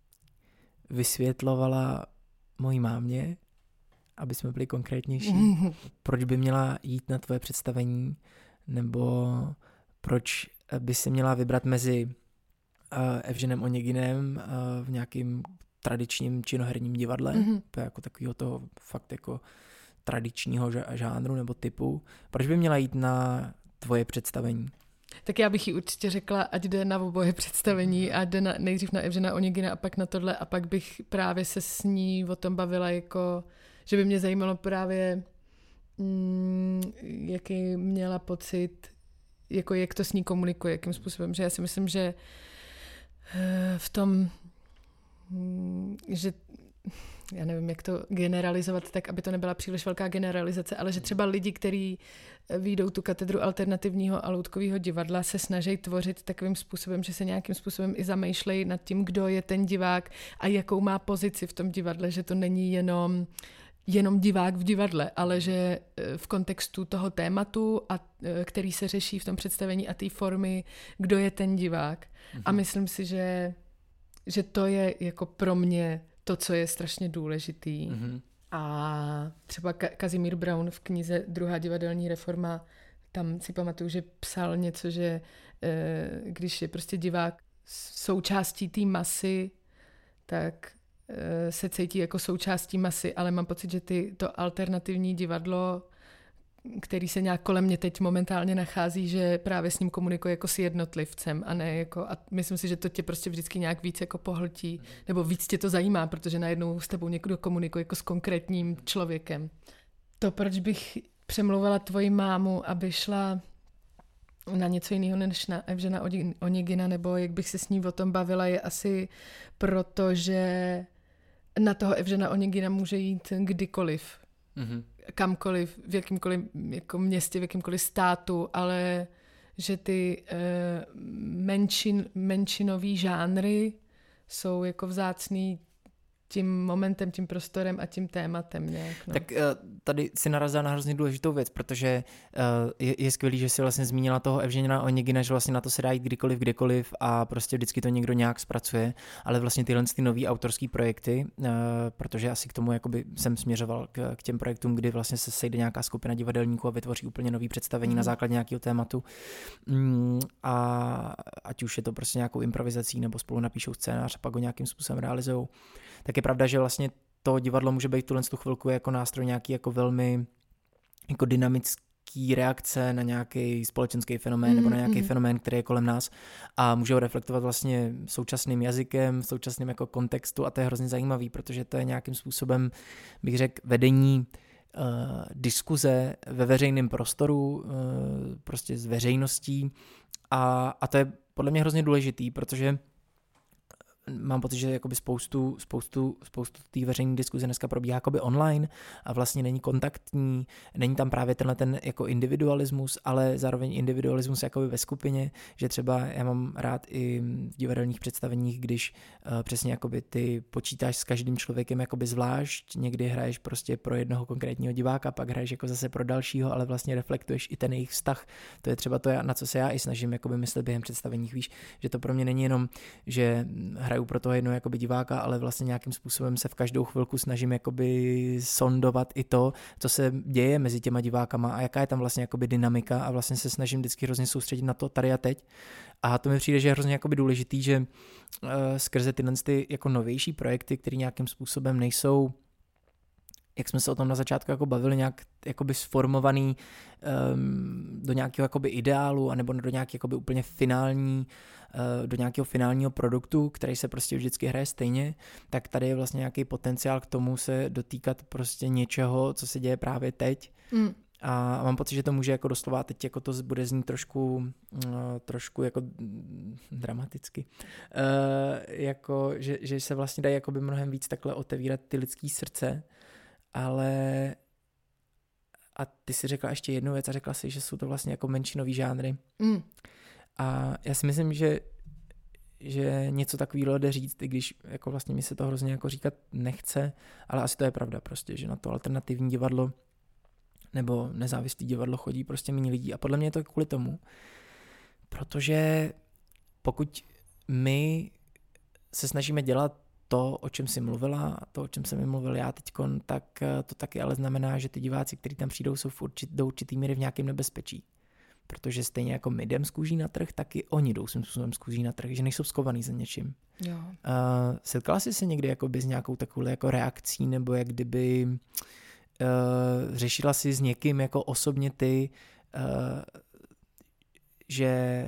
vysvětlovala mojí mámě, aby jsme byli konkrétnější, proč by měla jít na tvoje představení, nebo proč by si měla vybrat mezi uh, Evženem Oněginem uh, v nějakým tradičním činoherním divadle, mm-hmm. to je jako takového toho fakt jako tradičního žánru nebo typu. Proč by měla jít na tvoje představení? Tak já bych jí určitě řekla, ať jde na oboje představení, ať jde na, nejdřív na Evžena Oněgina a pak na tohle, a pak bych právě se s ní o tom bavila, jako, že by mě zajímalo právě, mm, jaký měla pocit, jako jak to s ní komunikuje, jakým způsobem, že já si myslím, že v tom, že já nevím, jak to generalizovat tak, aby to nebyla příliš velká generalizace, ale že třeba lidi, kteří vyjdou tu katedru alternativního a loutkového divadla, se snaží tvořit takovým způsobem, že se nějakým způsobem i zamýšlejí nad tím, kdo je ten divák a jakou má pozici v tom divadle, že to není jenom jenom divák v divadle, ale že v kontextu toho tématu, a který se řeší v tom představení a té formy, kdo je ten divák. Mhm. A myslím si, že, že to je jako pro mě to, co je strašně důležitý. Mm-hmm. A třeba Kazimír Braun v knize Druhá divadelní reforma, tam si pamatuju, že psal něco, že e, když je prostě divák součástí té masy, tak e, se cítí jako součástí masy, ale mám pocit, že ty, to alternativní divadlo který se nějak kolem mě teď momentálně nachází, že právě s ním komunikuje jako s jednotlivcem a ne jako, a myslím si, že to tě prostě vždycky nějak víc jako pohltí, nebo víc tě to zajímá, protože najednou s tebou někdo komunikuje jako s konkrétním člověkem. To, proč bych přemlouvala tvoji mámu, aby šla na něco jiného než na Evžena Onegina, nebo jak bych se s ní o tom bavila, je asi proto, že na toho Evžena Onegina může jít kdykoliv. Mm-hmm. Kamkoliv, v jakýmkoliv jako městě, v jakýmkoliv státu, ale že ty uh, menšin, menšinový žánry jsou jako vzácný tím momentem, tím prostorem a tím tématem nějak. No. Tak tady si narazila na hrozně důležitou věc, protože je, je skvělý, že si vlastně zmínila toho Evžena Onegina, že vlastně na to se dá jít kdykoliv, kdekoliv a prostě vždycky to někdo nějak zpracuje, ale vlastně tyhle ty nový autorský projekty, protože asi k tomu jakoby jsem směřoval k, k těm projektům, kdy vlastně se sejde nějaká skupina divadelníků a vytvoří úplně nový představení mm. na základě nějakého tématu a ať už je to prostě nějakou improvizací nebo spolu napíšou scénář a pak ho nějakým způsobem realizujou. Tak je pravda, že vlastně to divadlo může být tuhle tu chvilku jako nástroj nějaký jako velmi jako dynamický reakce na nějaký společenský fenomén mm, nebo na nějaký mm. fenomén, který je kolem nás a může ho reflektovat vlastně současným jazykem, současným jako kontextu a to je hrozně zajímavý, protože to je nějakým způsobem, bych řekl, vedení uh, diskuze ve veřejném prostoru, uh, prostě s veřejností a, a to je podle mě hrozně důležitý, protože mám pocit, že jakoby spoustu, spoustu, spoustu té veřejné diskuze dneska probíhá jakoby online a vlastně není kontaktní, není tam právě tenhle ten jako individualismus, ale zároveň individualismus jakoby ve skupině, že třeba já mám rád i v divadelních představeních, když uh, přesně jakoby ty počítáš s každým člověkem jakoby zvlášť, někdy hraješ prostě pro jednoho konkrétního diváka, pak hraješ jako zase pro dalšího, ale vlastně reflektuješ i ten jejich vztah. To je třeba to, na co se já i snažím jakoby myslet během představení, víš, že to pro mě není jenom, že hraju pro toho jednoho jakoby diváka, ale vlastně nějakým způsobem se v každou chvilku snažím jakoby sondovat i to, co se děje mezi těma divákama a jaká je tam vlastně jakoby dynamika a vlastně se snažím vždycky hrozně soustředit na to tady a teď. A to mi přijde, že je hrozně jakoby důležitý, že uh, skrze tyhle ty jako novější projekty, které nějakým způsobem nejsou, jak jsme se o tom na začátku jako bavili, nějak jakoby sformovaný um, do nějakého jakoby ideálu anebo do nějaké jakoby úplně finální, uh, do nějakého finálního produktu, který se prostě vždycky hraje stejně, tak tady je vlastně nějaký potenciál k tomu se dotýkat prostě něčeho, co se děje právě teď. Mm. A mám pocit, že to může jako doslova teď jako to bude znít trošku, uh, trošku jako dramaticky. Uh, jako, že, že se vlastně dají jakoby mnohem víc takhle otevírat ty lidský srdce, ale a ty si řekla ještě jednu věc a řekla si, že jsou to vlastně jako menšinový žánry. Mm. A já si myslím, že, že něco takového jde říct, i když jako vlastně mi se to hrozně jako říkat nechce, ale asi to je pravda prostě, že na to alternativní divadlo nebo nezávislý divadlo chodí prostě méně lidí a podle mě je to kvůli tomu, protože pokud my se snažíme dělat to, o čem jsi mluvila, to, o čem jsem mluvil já teďkon, tak to taky ale znamená, že ty diváci, kteří tam přijdou, jsou v určit, do určitý míry v nějakém nebezpečí. Protože stejně jako my jdem z kůží na trh, tak i oni jdou svým způsobem z kůží na trh, že nejsou skovaný za něčím. Jo. Uh, setkala jsi se někdy jakoby s nějakou takovou jako reakcí, nebo jak kdyby uh, řešila jsi s někým jako osobně ty, uh, že,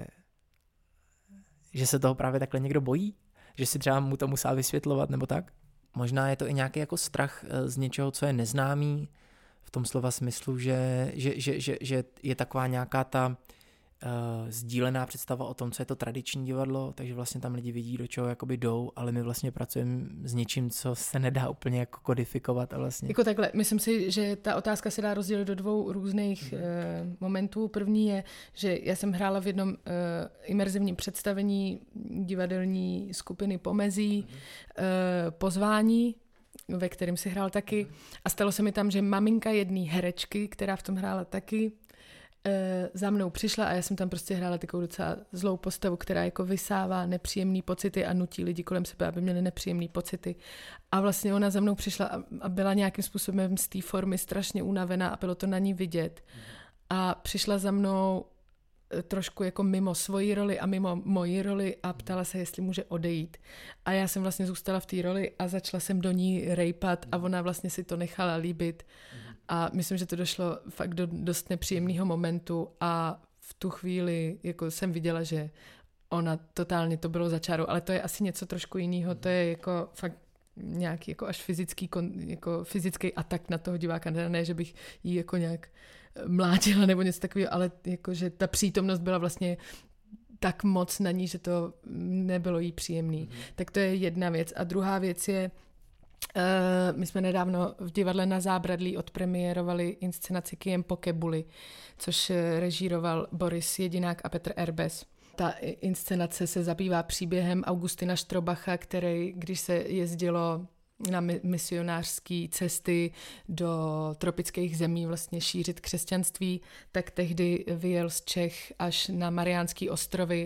že se toho právě takhle někdo bojí? Že si třeba mu to musela vysvětlovat nebo tak? Možná je to i nějaký jako strach z něčeho, co je neznámý, v tom slova smyslu, že, že, že, že, že je taková nějaká ta uh, sdílená představa o tom, co je to tradiční divadlo, takže vlastně tam lidi vidí, do čeho jakoby jdou, ale my vlastně pracujeme s něčím, co se nedá úplně jako kodifikovat a vlastně. Jako takhle, myslím si, že ta otázka se dá rozdělit do dvou různých uh, momentů. První je, že já jsem hrála v jednom uh, imerzivním představení divadelní skupiny Pomezí, uh, Pozvání, ve kterém si hrál taky. A stalo se mi tam, že maminka jedné herečky, která v tom hrála taky, e, za mnou přišla a já jsem tam prostě hrála takovou docela zlou postavu, která jako vysává nepříjemný pocity a nutí lidi kolem sebe, aby měli nepříjemný pocity. A vlastně ona za mnou přišla a, a byla nějakým způsobem z té formy strašně unavená a bylo to na ní vidět. A přišla za mnou trošku jako mimo svoji roli a mimo moji roli a ptala se, jestli může odejít. A já jsem vlastně zůstala v té roli a začala jsem do ní rejpat a ona vlastně si to nechala líbit. A myslím, že to došlo fakt do dost nepříjemného momentu a v tu chvíli jako jsem viděla, že ona totálně to bylo za čárou, ale to je asi něco trošku jiného, to je jako fakt nějaký jako až fyzický, jako fyzický atak na toho diváka, ne, že bych jí jako nějak mlátila nebo něco takového, ale jako, že ta přítomnost byla vlastně tak moc na ní, že to nebylo jí příjemný. Mm. Tak to je jedna věc. A druhá věc je, uh, my jsme nedávno v divadle Na Zábradlí odpremiérovali inscenaci Kiem Pokebuli, což režíroval Boris Jedinák a Petr Erbes. Ta inscenace se zabývá příběhem Augustina Štrobacha, který, když se jezdilo na misionářské cesty do tropických zemí vlastně šířit křesťanství, tak tehdy vyjel z Čech až na Mariánský ostrovy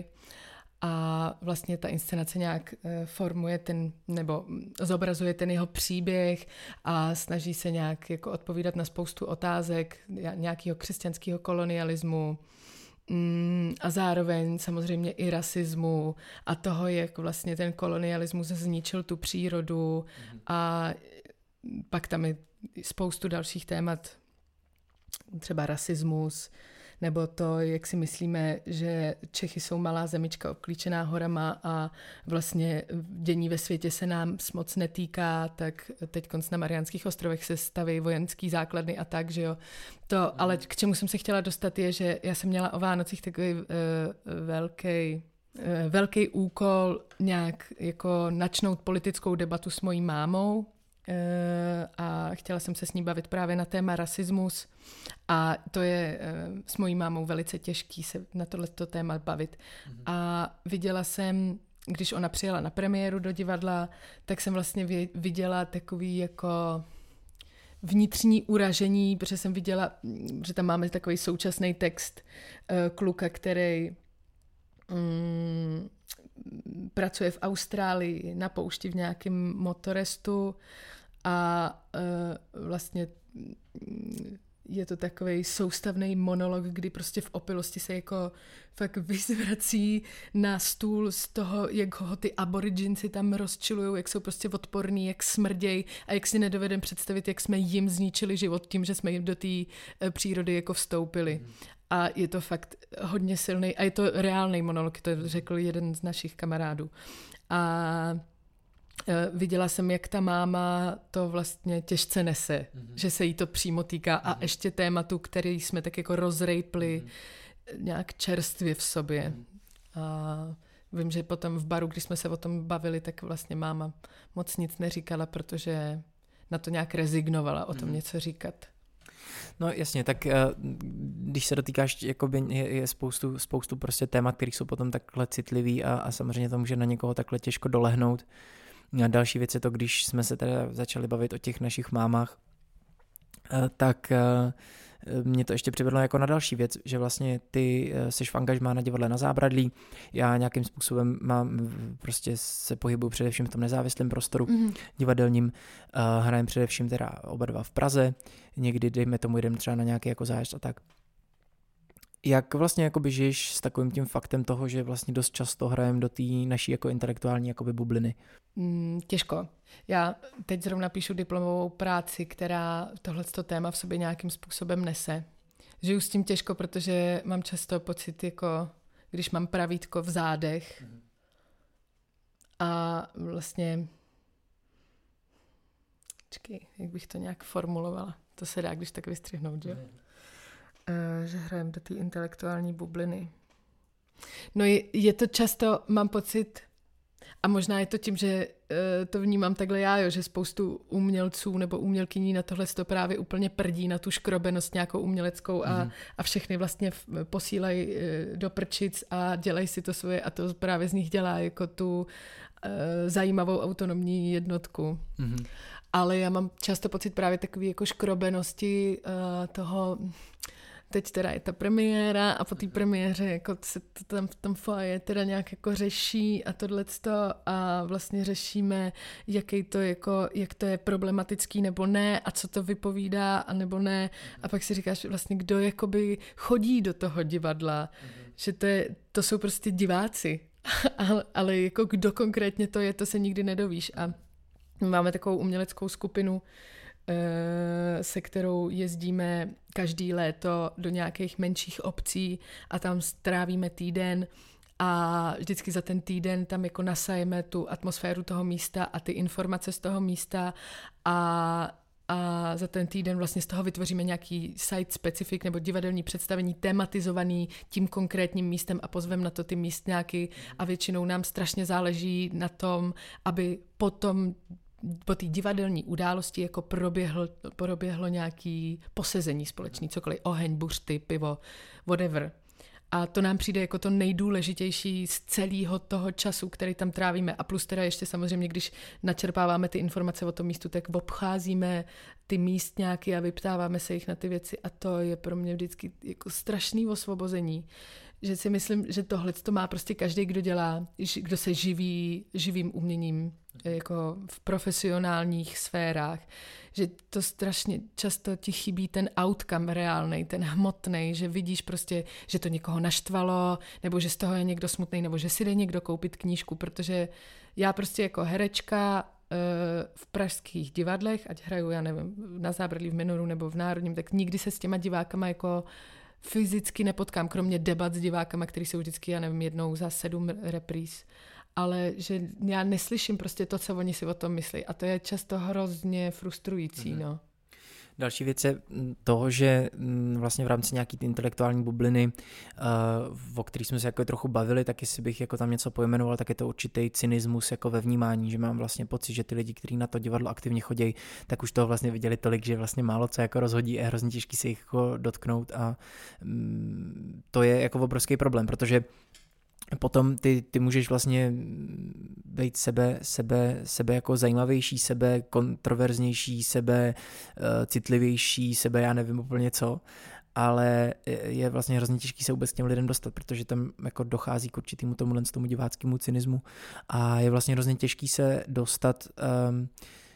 a vlastně ta inscenace nějak formuje ten, nebo zobrazuje ten jeho příběh a snaží se nějak jako odpovídat na spoustu otázek nějakého křesťanského kolonialismu, a zároveň samozřejmě i rasismu a toho, jak vlastně ten kolonialismus zničil tu přírodu a pak tam je spoustu dalších témat, třeba rasismus, nebo to, jak si myslíme, že Čechy jsou malá zemička obklíčená horama a vlastně dění ve světě se nám moc netýká, tak teď na Mariánských ostrovech se staví vojenský základny a tak, že jo. To, ale k čemu jsem se chtěla dostat je, že já jsem měla o Vánocích takový uh, velký velký úkol nějak jako načnout politickou debatu s mojí mámou, a chtěla jsem se s ní bavit právě na téma rasismus a to je s mojí mámou velice těžký se na tohleto téma bavit. Mm-hmm. A viděla jsem, když ona přijela na premiéru do divadla, tak jsem vlastně viděla takový jako vnitřní uražení, protože jsem viděla, že tam máme takový současný text kluka, který mm, pracuje v Austrálii na poušti v nějakém motorestu a uh, vlastně je to takovej soustavný monolog, kdy prostě v opilosti se jako fakt vyzvrací na stůl z toho, jak ho ty aboriginci tam rozčilujou, jak jsou prostě odporní, jak smrděj a jak si nedovedem představit, jak jsme jim zničili život tím, že jsme jim do té přírody jako vstoupili. Mm. A je to fakt hodně silný a je to reálný monolog, to řekl jeden z našich kamarádů. A viděla jsem, jak ta máma to vlastně těžce nese, mm-hmm. že se jí to přímo týká mm-hmm. a ještě tématu, který jsme tak jako rozrejpli mm-hmm. nějak čerstvě v sobě. Mm-hmm. A vím, že potom v baru, když jsme se o tom bavili, tak vlastně máma moc nic neříkala, protože na to nějak rezignovala o tom mm-hmm. něco říkat. No jasně, tak když se dotýkáš, jakoby je, je spoustu, spoustu prostě témat, které jsou potom takhle citlivý a, a samozřejmě to může na někoho takhle těžko dolehnout. A další věc je to, když jsme se teda začali bavit o těch našich mámách, tak mě to ještě přivedlo jako na další věc, že vlastně ty seš v angažmá na divadle Na Zábradlí, já nějakým způsobem mám, prostě se pohybuju především v tom nezávislém prostoru mm-hmm. divadelním, hrajem především teda oba dva v Praze, někdy dejme tomu jdem třeba na nějaký jako zájezd a tak. Jak vlastně jakoby žiješ s takovým tím faktem toho, že vlastně dost často hrajem do té naší jako intelektuální jakoby bubliny? Mm, těžko. Já teď zrovna píšu diplomovou práci, která tohleto téma v sobě nějakým způsobem nese. Žiju s tím těžko, protože mám často pocit, jako když mám pravítko v zádech mm. a vlastně čekaj, jak bych to nějak formulovala. To se dá, když tak vystřihnout, že jo? Mm. Že hrajem do té intelektuální bubliny. No je, je to často, mám pocit, a možná je to tím, že uh, to vnímám takhle já, jo, že spoustu umělců nebo umělkyní na tohle to právě úplně prdí, na tu škrobenost nějakou uměleckou a, mm. a všechny vlastně posílají uh, do prčic a dělají si to svoje a to právě z nich dělá jako tu uh, zajímavou autonomní jednotku. Mm. Ale já mám často pocit právě takový jako škrobenosti uh, toho... Teď teda je ta premiéra a po té premiéře jako se to tam v tom foaje teda nějak jako řeší a tohleto a vlastně řešíme, jaký to jako, jak to je problematický nebo ne a co to vypovídá a nebo ne a pak si říkáš vlastně, kdo jakoby chodí do toho divadla, mm-hmm. že to, je, to jsou prostě diváci, ale, ale jako kdo konkrétně to je, to se nikdy nedovíš a máme takovou uměleckou skupinu, se kterou jezdíme každý léto do nějakých menších obcí a tam strávíme týden a vždycky za ten týden tam jako nasajeme tu atmosféru toho místa a ty informace z toho místa a a za ten týden vlastně z toho vytvoříme nějaký site specifik nebo divadelní představení tematizovaný tím konkrétním místem a pozveme na to ty místňáky a většinou nám strašně záleží na tom, aby potom po té divadelní události jako proběhlo, proběhlo nějaký posezení společný, cokoliv, oheň, buřty, pivo, whatever. A to nám přijde jako to nejdůležitější z celého toho času, který tam trávíme. A plus teda ještě samozřejmě, když načerpáváme ty informace o tom místu, tak obcházíme ty místňáky a vyptáváme se jich na ty věci. A to je pro mě vždycky jako strašný osvobození. Že si myslím, že tohle to má prostě každý, kdo dělá, kdo se živí živým uměním jako v profesionálních sférách, že to strašně často ti chybí ten outcome reálnej, ten hmotnej, že vidíš prostě, že to někoho naštvalo, nebo že z toho je někdo smutný, nebo že si jde někdo koupit knížku, protože já prostě jako herečka v pražských divadlech, ať hraju, já nevím, na Zábradlí v Minoru nebo v Národním, tak nikdy se s těma divákama jako fyzicky nepotkám, kromě debat s divákama, který jsou vždycky, já nevím, jednou za sedm repríz. Ale že já neslyším prostě to, co oni si o tom myslí. A to je často hrozně frustrující, mm-hmm. no. Další věc je toho, že vlastně v rámci nějaký intelektuální bubliny, o který jsme se jako trochu bavili, tak jestli bych jako tam něco pojmenoval, tak je to určitý cynismus jako ve vnímání, že mám vlastně pocit, že ty lidi, kteří na to divadlo aktivně chodí, tak už toho vlastně viděli tolik, že vlastně málo co jako rozhodí a je hrozně těžký se jich jako dotknout a to je jako obrovský problém, protože potom ty, ty můžeš vlastně být sebe, sebe, sebe jako zajímavější, sebe kontroverznější, sebe uh, citlivější, sebe já nevím úplně co, ale je vlastně hrozně těžký se vůbec k těm lidem dostat, protože tam jako dochází k určitému tomu, tomu diváckému cynismu a je vlastně hrozně těžký se dostat um,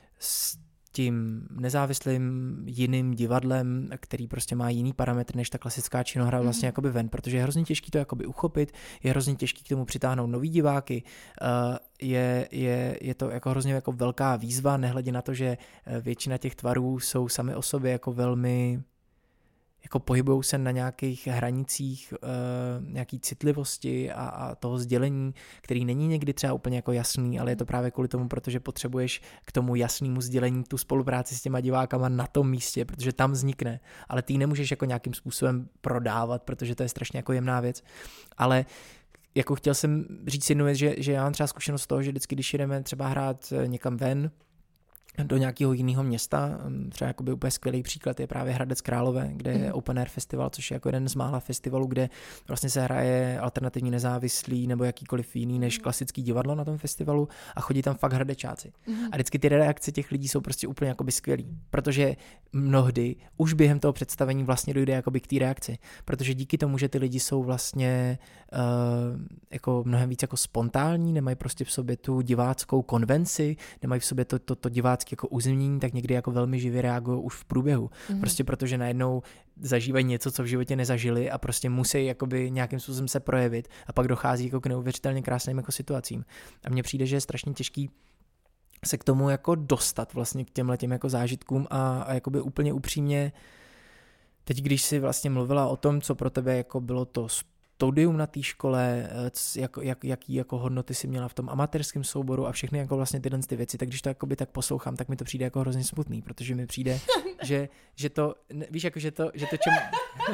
s tím nezávislým jiným divadlem, který prostě má jiný parametry než ta klasická činohra vlastně mm. jakoby ven, protože je hrozně těžký to jakoby uchopit, je hrozně těžký k tomu přitáhnout nový diváky, uh, je, je, je to jako hrozně jako velká výzva, nehledě na to, že většina těch tvarů jsou sami o sobě jako velmi jako pohybujou se na nějakých hranicích uh, nějaký citlivosti a, a toho sdělení, který není někdy třeba úplně jako jasný, ale je to právě kvůli tomu, protože potřebuješ k tomu jasnému sdělení tu spolupráci s těma divákama na tom místě, protože tam vznikne, ale ty nemůžeš jako nějakým způsobem prodávat, protože to je strašně jako jemná věc, ale jako chtěl jsem říct jednu věc, že, že já mám třeba zkušenost z toho, že vždycky, když jdeme třeba hrát někam ven, do nějakého jiného města, třeba jakoby úplně skvělý příklad je právě Hradec Králové, kde je Open Air Festival, což je jako jeden z mála festivalů, kde vlastně se hraje alternativní nezávislý nebo jakýkoliv jiný než klasický divadlo na tom festivalu a chodí tam fakt hradečáci. A vždycky ty reakce těch lidí jsou prostě úplně jakoby skvělý, protože mnohdy už během toho představení vlastně dojde jakoby k té reakci, protože díky tomu, že ty lidi jsou vlastně uh, jako mnohem víc jako spontánní, nemají prostě v sobě tu diváckou konvenci, nemají v sobě to, to, to divácké jako uzemnění, tak někdy jako velmi živě reagují už v průběhu. Mm. Prostě protože najednou zažívají něco, co v životě nezažili a prostě musí jakoby nějakým způsobem se projevit a pak dochází jako k neuvěřitelně krásným jako situacím. A mně přijde, že je strašně těžký se k tomu jako dostat vlastně k těmhletěm jako zážitkům a, a jakoby úplně upřímně teď, když jsi vlastně mluvila o tom, co pro tebe jako bylo to studium na té škole, jak, jak, jaký jako hodnoty si měla v tom amatérském souboru a všechny jako vlastně tyhle ty věci, tak když to jakoby tak poslouchám, tak mi to přijde jako hrozně smutný, protože mi přijde, že, že to, víš, jako, že to, že to čem...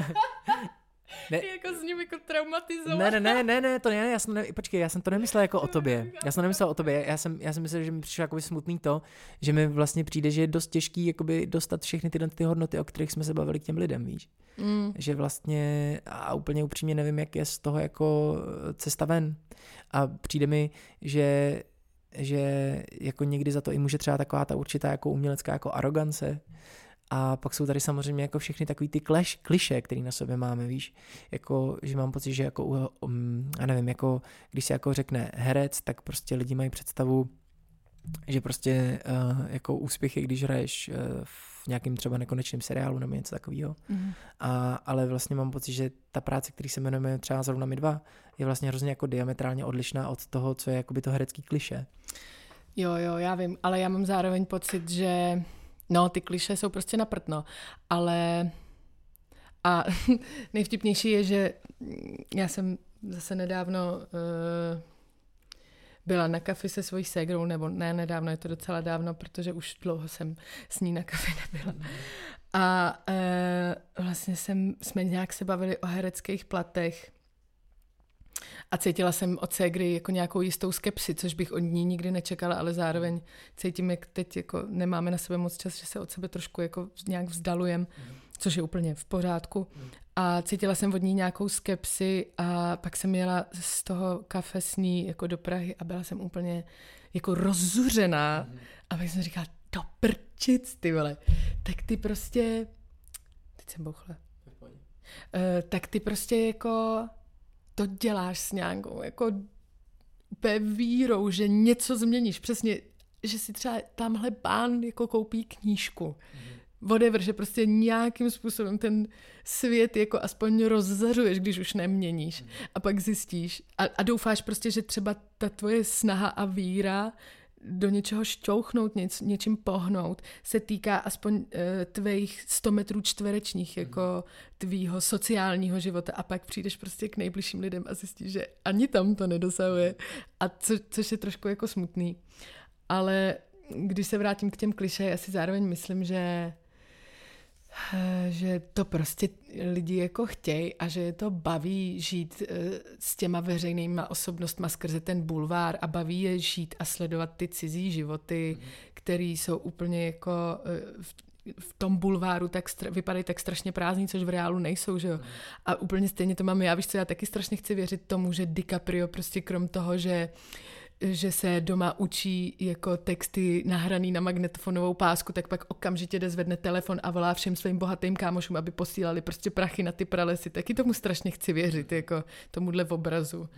Ne. Jako s ním jako traumatizovat. Ne, ne, ne, ne, ne, to ne, já jsem, ne, počkej, já jsem to nemyslel jako o tobě. Já jsem to nemyslel o tobě, já jsem, já jsem myslel, že mi přišlo jakoby smutný to, že mi vlastně přijde, že je dost těžký jakoby dostat všechny tyhle ty hodnoty, o kterých jsme se bavili k těm lidem, víš. Mm. Že vlastně, a úplně upřímně nevím, jak je z toho jako cesta ven. A přijde mi, že, že jako někdy za to i může třeba taková ta určitá jako umělecká jako arogance. A pak jsou tady samozřejmě jako všechny takový ty kleš, kliše, který na sobě máme, víš, jako, že mám pocit, že jako, um, já nevím, jako, když se jako řekne herec, tak prostě lidi mají představu, že prostě uh, jako úspěch je, když hraješ uh, v nějakém třeba nekonečném seriálu nebo něco takového. Mm. A, ale vlastně mám pocit, že ta práce, který se jmenujeme třeba zrovna my dva, je vlastně hrozně jako diametrálně odlišná od toho, co je jakoby to herecký kliše. Jo, jo, já vím, ale já mám zároveň pocit, že No, ty klišé jsou prostě na prd, no. Ale a nejvtipnější je, že já jsem zase nedávno uh, byla na kafi se svojí ségrou, nebo ne nedávno, je to docela dávno, protože už dlouho jsem s ní na kafi nebyla. A uh, vlastně jsem, jsme nějak se bavili o hereckých platech a cítila jsem od ségry jako nějakou jistou skepsi, což bych od ní nikdy nečekala, ale zároveň cítím, jak teď jako nemáme na sebe moc čas, že se od sebe trošku jako nějak vzdalujem, což je úplně v pořádku. A cítila jsem od ní nějakou skepsi a pak jsem jela z toho kafe s ní jako do Prahy a byla jsem úplně jako rozzuřená. A pak jsem říkala, do prčic, ty vole. Tak ty prostě, teď jsem bouchla. Uh, tak ty prostě jako to děláš s nějakou jako úplně vírou, že něco změníš. Přesně, že si třeba tamhle pán jako koupí knížku. Whatever, že prostě nějakým způsobem ten svět jako aspoň rozzařuješ, když už neměníš. A pak zjistíš a, a doufáš prostě, že třeba ta tvoje snaha a víra do něčeho šťouchnout, něc, něčím pohnout, se týká aspoň uh, tvých sto metrů čtverečních jako tvýho sociálního života a pak přijdeš prostě k nejbližším lidem a zjistíš, že ani tam to nedosahuje. A co, což je trošku jako smutný. Ale když se vrátím k těm klišé, já si zároveň myslím, že že to prostě lidi jako chtějí a že je to baví žít s těma veřejnýma osobnostma skrze ten bulvár a baví je žít a sledovat ty cizí životy, které jsou úplně jako v, v tom bulváru tak stra- vypadají tak strašně prázdní, což v reálu nejsou, že jo. A úplně stejně to mám já, víš co, já taky strašně chci věřit tomu, že DiCaprio prostě krom toho, že že se doma učí jako texty nahraný na magnetofonovou pásku, tak pak okamžitě jde zvedne telefon a volá všem svým bohatým kámošům, aby posílali prostě prachy na ty pralesy. Taky tomu strašně chci věřit, jako tomuhle v obrazu.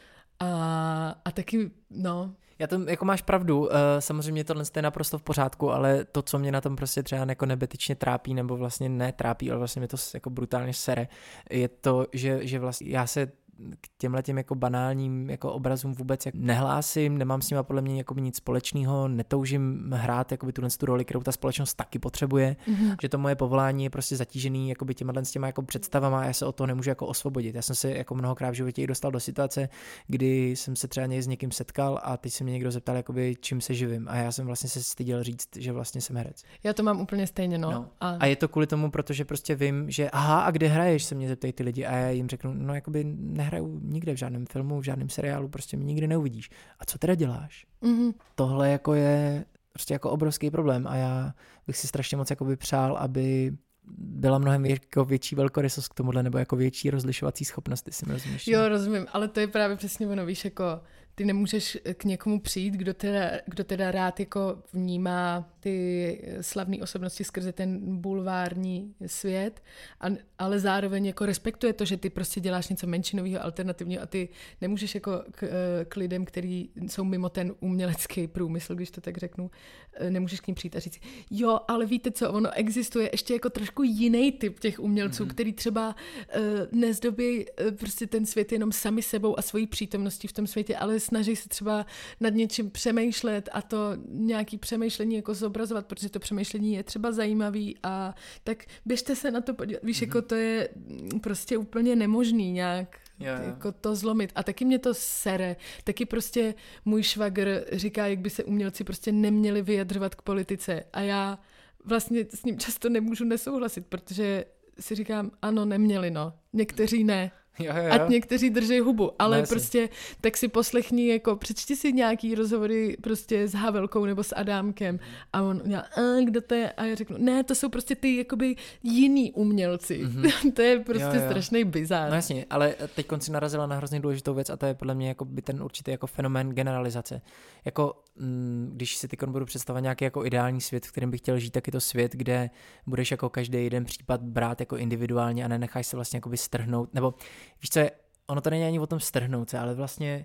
A, a taky, no... Já to, jako máš pravdu, samozřejmě tohle je naprosto v pořádku, ale to, co mě na tom prostě třeba jako nebetyčně trápí, nebo vlastně netrápí, ale vlastně mě to jako brutálně sere, je to, že, že vlastně já se k těmhletěm jako banálním jako obrazům vůbec jako nehlásím, nemám s nima podle mě jako nic společného, netoužím hrát jakoby tuhle tu roli, kterou ta společnost taky potřebuje, mm-hmm. že to moje povolání je prostě zatížený jakoby těma s těma jako představama a já se od toho nemůžu jako osvobodit. Já jsem se jako mnohokrát v životě i dostal do situace, kdy jsem se třeba někdy s někým setkal a teď se mě někdo zeptal jakoby čím se živím a já jsem vlastně se styděl říct, že vlastně jsem herec. Já to mám úplně stejně, no. no. A... a je to kvůli tomu, protože prostě vím, že aha, a kde hraješ, se mě zeptají ty lidi a já jim řeknu, no jakoby nehraju nikde v žádném filmu, v žádném seriálu, prostě mě nikdy neuvidíš. A co teda děláš? Mm-hmm. Tohle jako je prostě jako obrovský problém a já bych si strašně moc jakoby přál, aby byla mnohem jako větší velkorysost k tomuhle, nebo jako větší rozlišovací schopnost, ty si mi rozumíš? Jo, rozumím, ale to je právě přesně ono, víš, jako ty nemůžeš k někomu přijít, kdo teda, kdo teda rád jako vnímá ty slavné osobnosti skrze ten bulvární svět, a, ale zároveň jako respektuje to, že ty prostě děláš něco menšinového, alternativního a ty nemůžeš jako k, k lidem, kteří jsou mimo ten umělecký průmysl, když to tak řeknu, nemůžeš k ním přijít a říct, jo, ale víte co, ono existuje ještě jako trošku jiný typ těch umělců, mm-hmm. který třeba uh, nezdobí uh, prostě ten svět jenom sami sebou a svojí přítomností v tom světě, ale snaží se třeba nad něčím přemýšlet a to nějaký přemýšlení jako zobrazovat, protože to přemýšlení je třeba zajímavý a tak běžte se na to podívat. Víš, mm-hmm. jako to je prostě úplně nemožný nějak yeah. jako to zlomit. A taky mě to sere. Taky prostě můj švagr říká, jak by se umělci prostě neměli vyjadřovat k politice. A já vlastně s ním často nemůžu nesouhlasit, protože si říkám, ano, neměli, no. Někteří ne. Jo, jo, jo. Ať někteří drží hubu, ale no, prostě tak si poslechni, jako přečti si nějaký rozhovory prostě s Havelkou nebo s Adámkem a on udělá, a kdo to je? A já řeknu, ne, to jsou prostě ty jakoby jiný umělci. Mm-hmm. To je prostě jo, jo. strašný bizár. No jasně, ale teď konci narazila na hrozně důležitou věc a to je podle mě jako by ten určitý jako fenomén generalizace. Jako mm, když si teď budu představovat nějaký jako ideální svět, v kterém bych chtěl žít, tak je to svět, kde budeš jako každý jeden případ brát jako individuálně a nenecháš se vlastně jakoby strhnout, nebo víš co je, ono to není ani o tom strhnout se, ale vlastně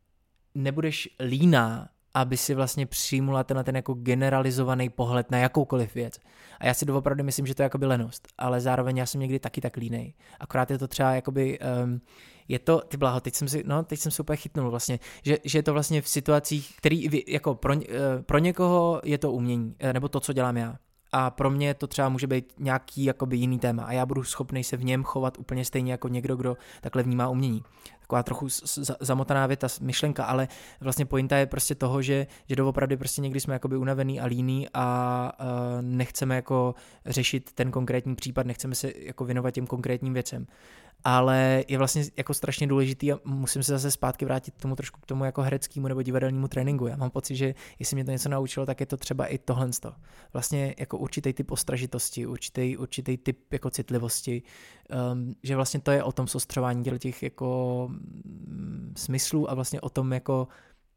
nebudeš líná, aby si vlastně přijmula ten, ten jako generalizovaný pohled na jakoukoliv věc. A já si doopravdy myslím, že to je jakoby lenost, ale zároveň já jsem někdy taky tak línej. Akorát je to třeba jakoby, um, je to, ty bláho, teď jsem si, no, teď jsem si úplně chytnul vlastně, že, že je to vlastně v situacích, který jako pro, uh, pro někoho je to umění, nebo to, co dělám já. a pro mě to třeba může být nějaký jakoby jiný téma a já budu schopný se v něm chovat úplně stejně jako někdo, kdo takhle vnímá umění. Taková trochu zamotaná věta, myšlenka, ale vlastně pointa je prostě toho, že, že doopravdy prostě někdy jsme jakoby unavený a líný a uh, nechceme jako řešit ten konkrétní případ, nechceme se jako věnovat těm konkrétním věcem. Ale je vlastně jako strašně důležitý a musím se zase zpátky vrátit k tomu trošku k tomu jako hereckému nebo divadelnímu tréninku. Já mám pocit, že jestli mě to něco naučilo, tak je to třeba i tohle. Vlastně jako určitý typ ostražitosti, určitý, určitý typ jako citlivosti, um, že vlastně to je o tom sostřování těch jako um, smyslů a vlastně o tom jako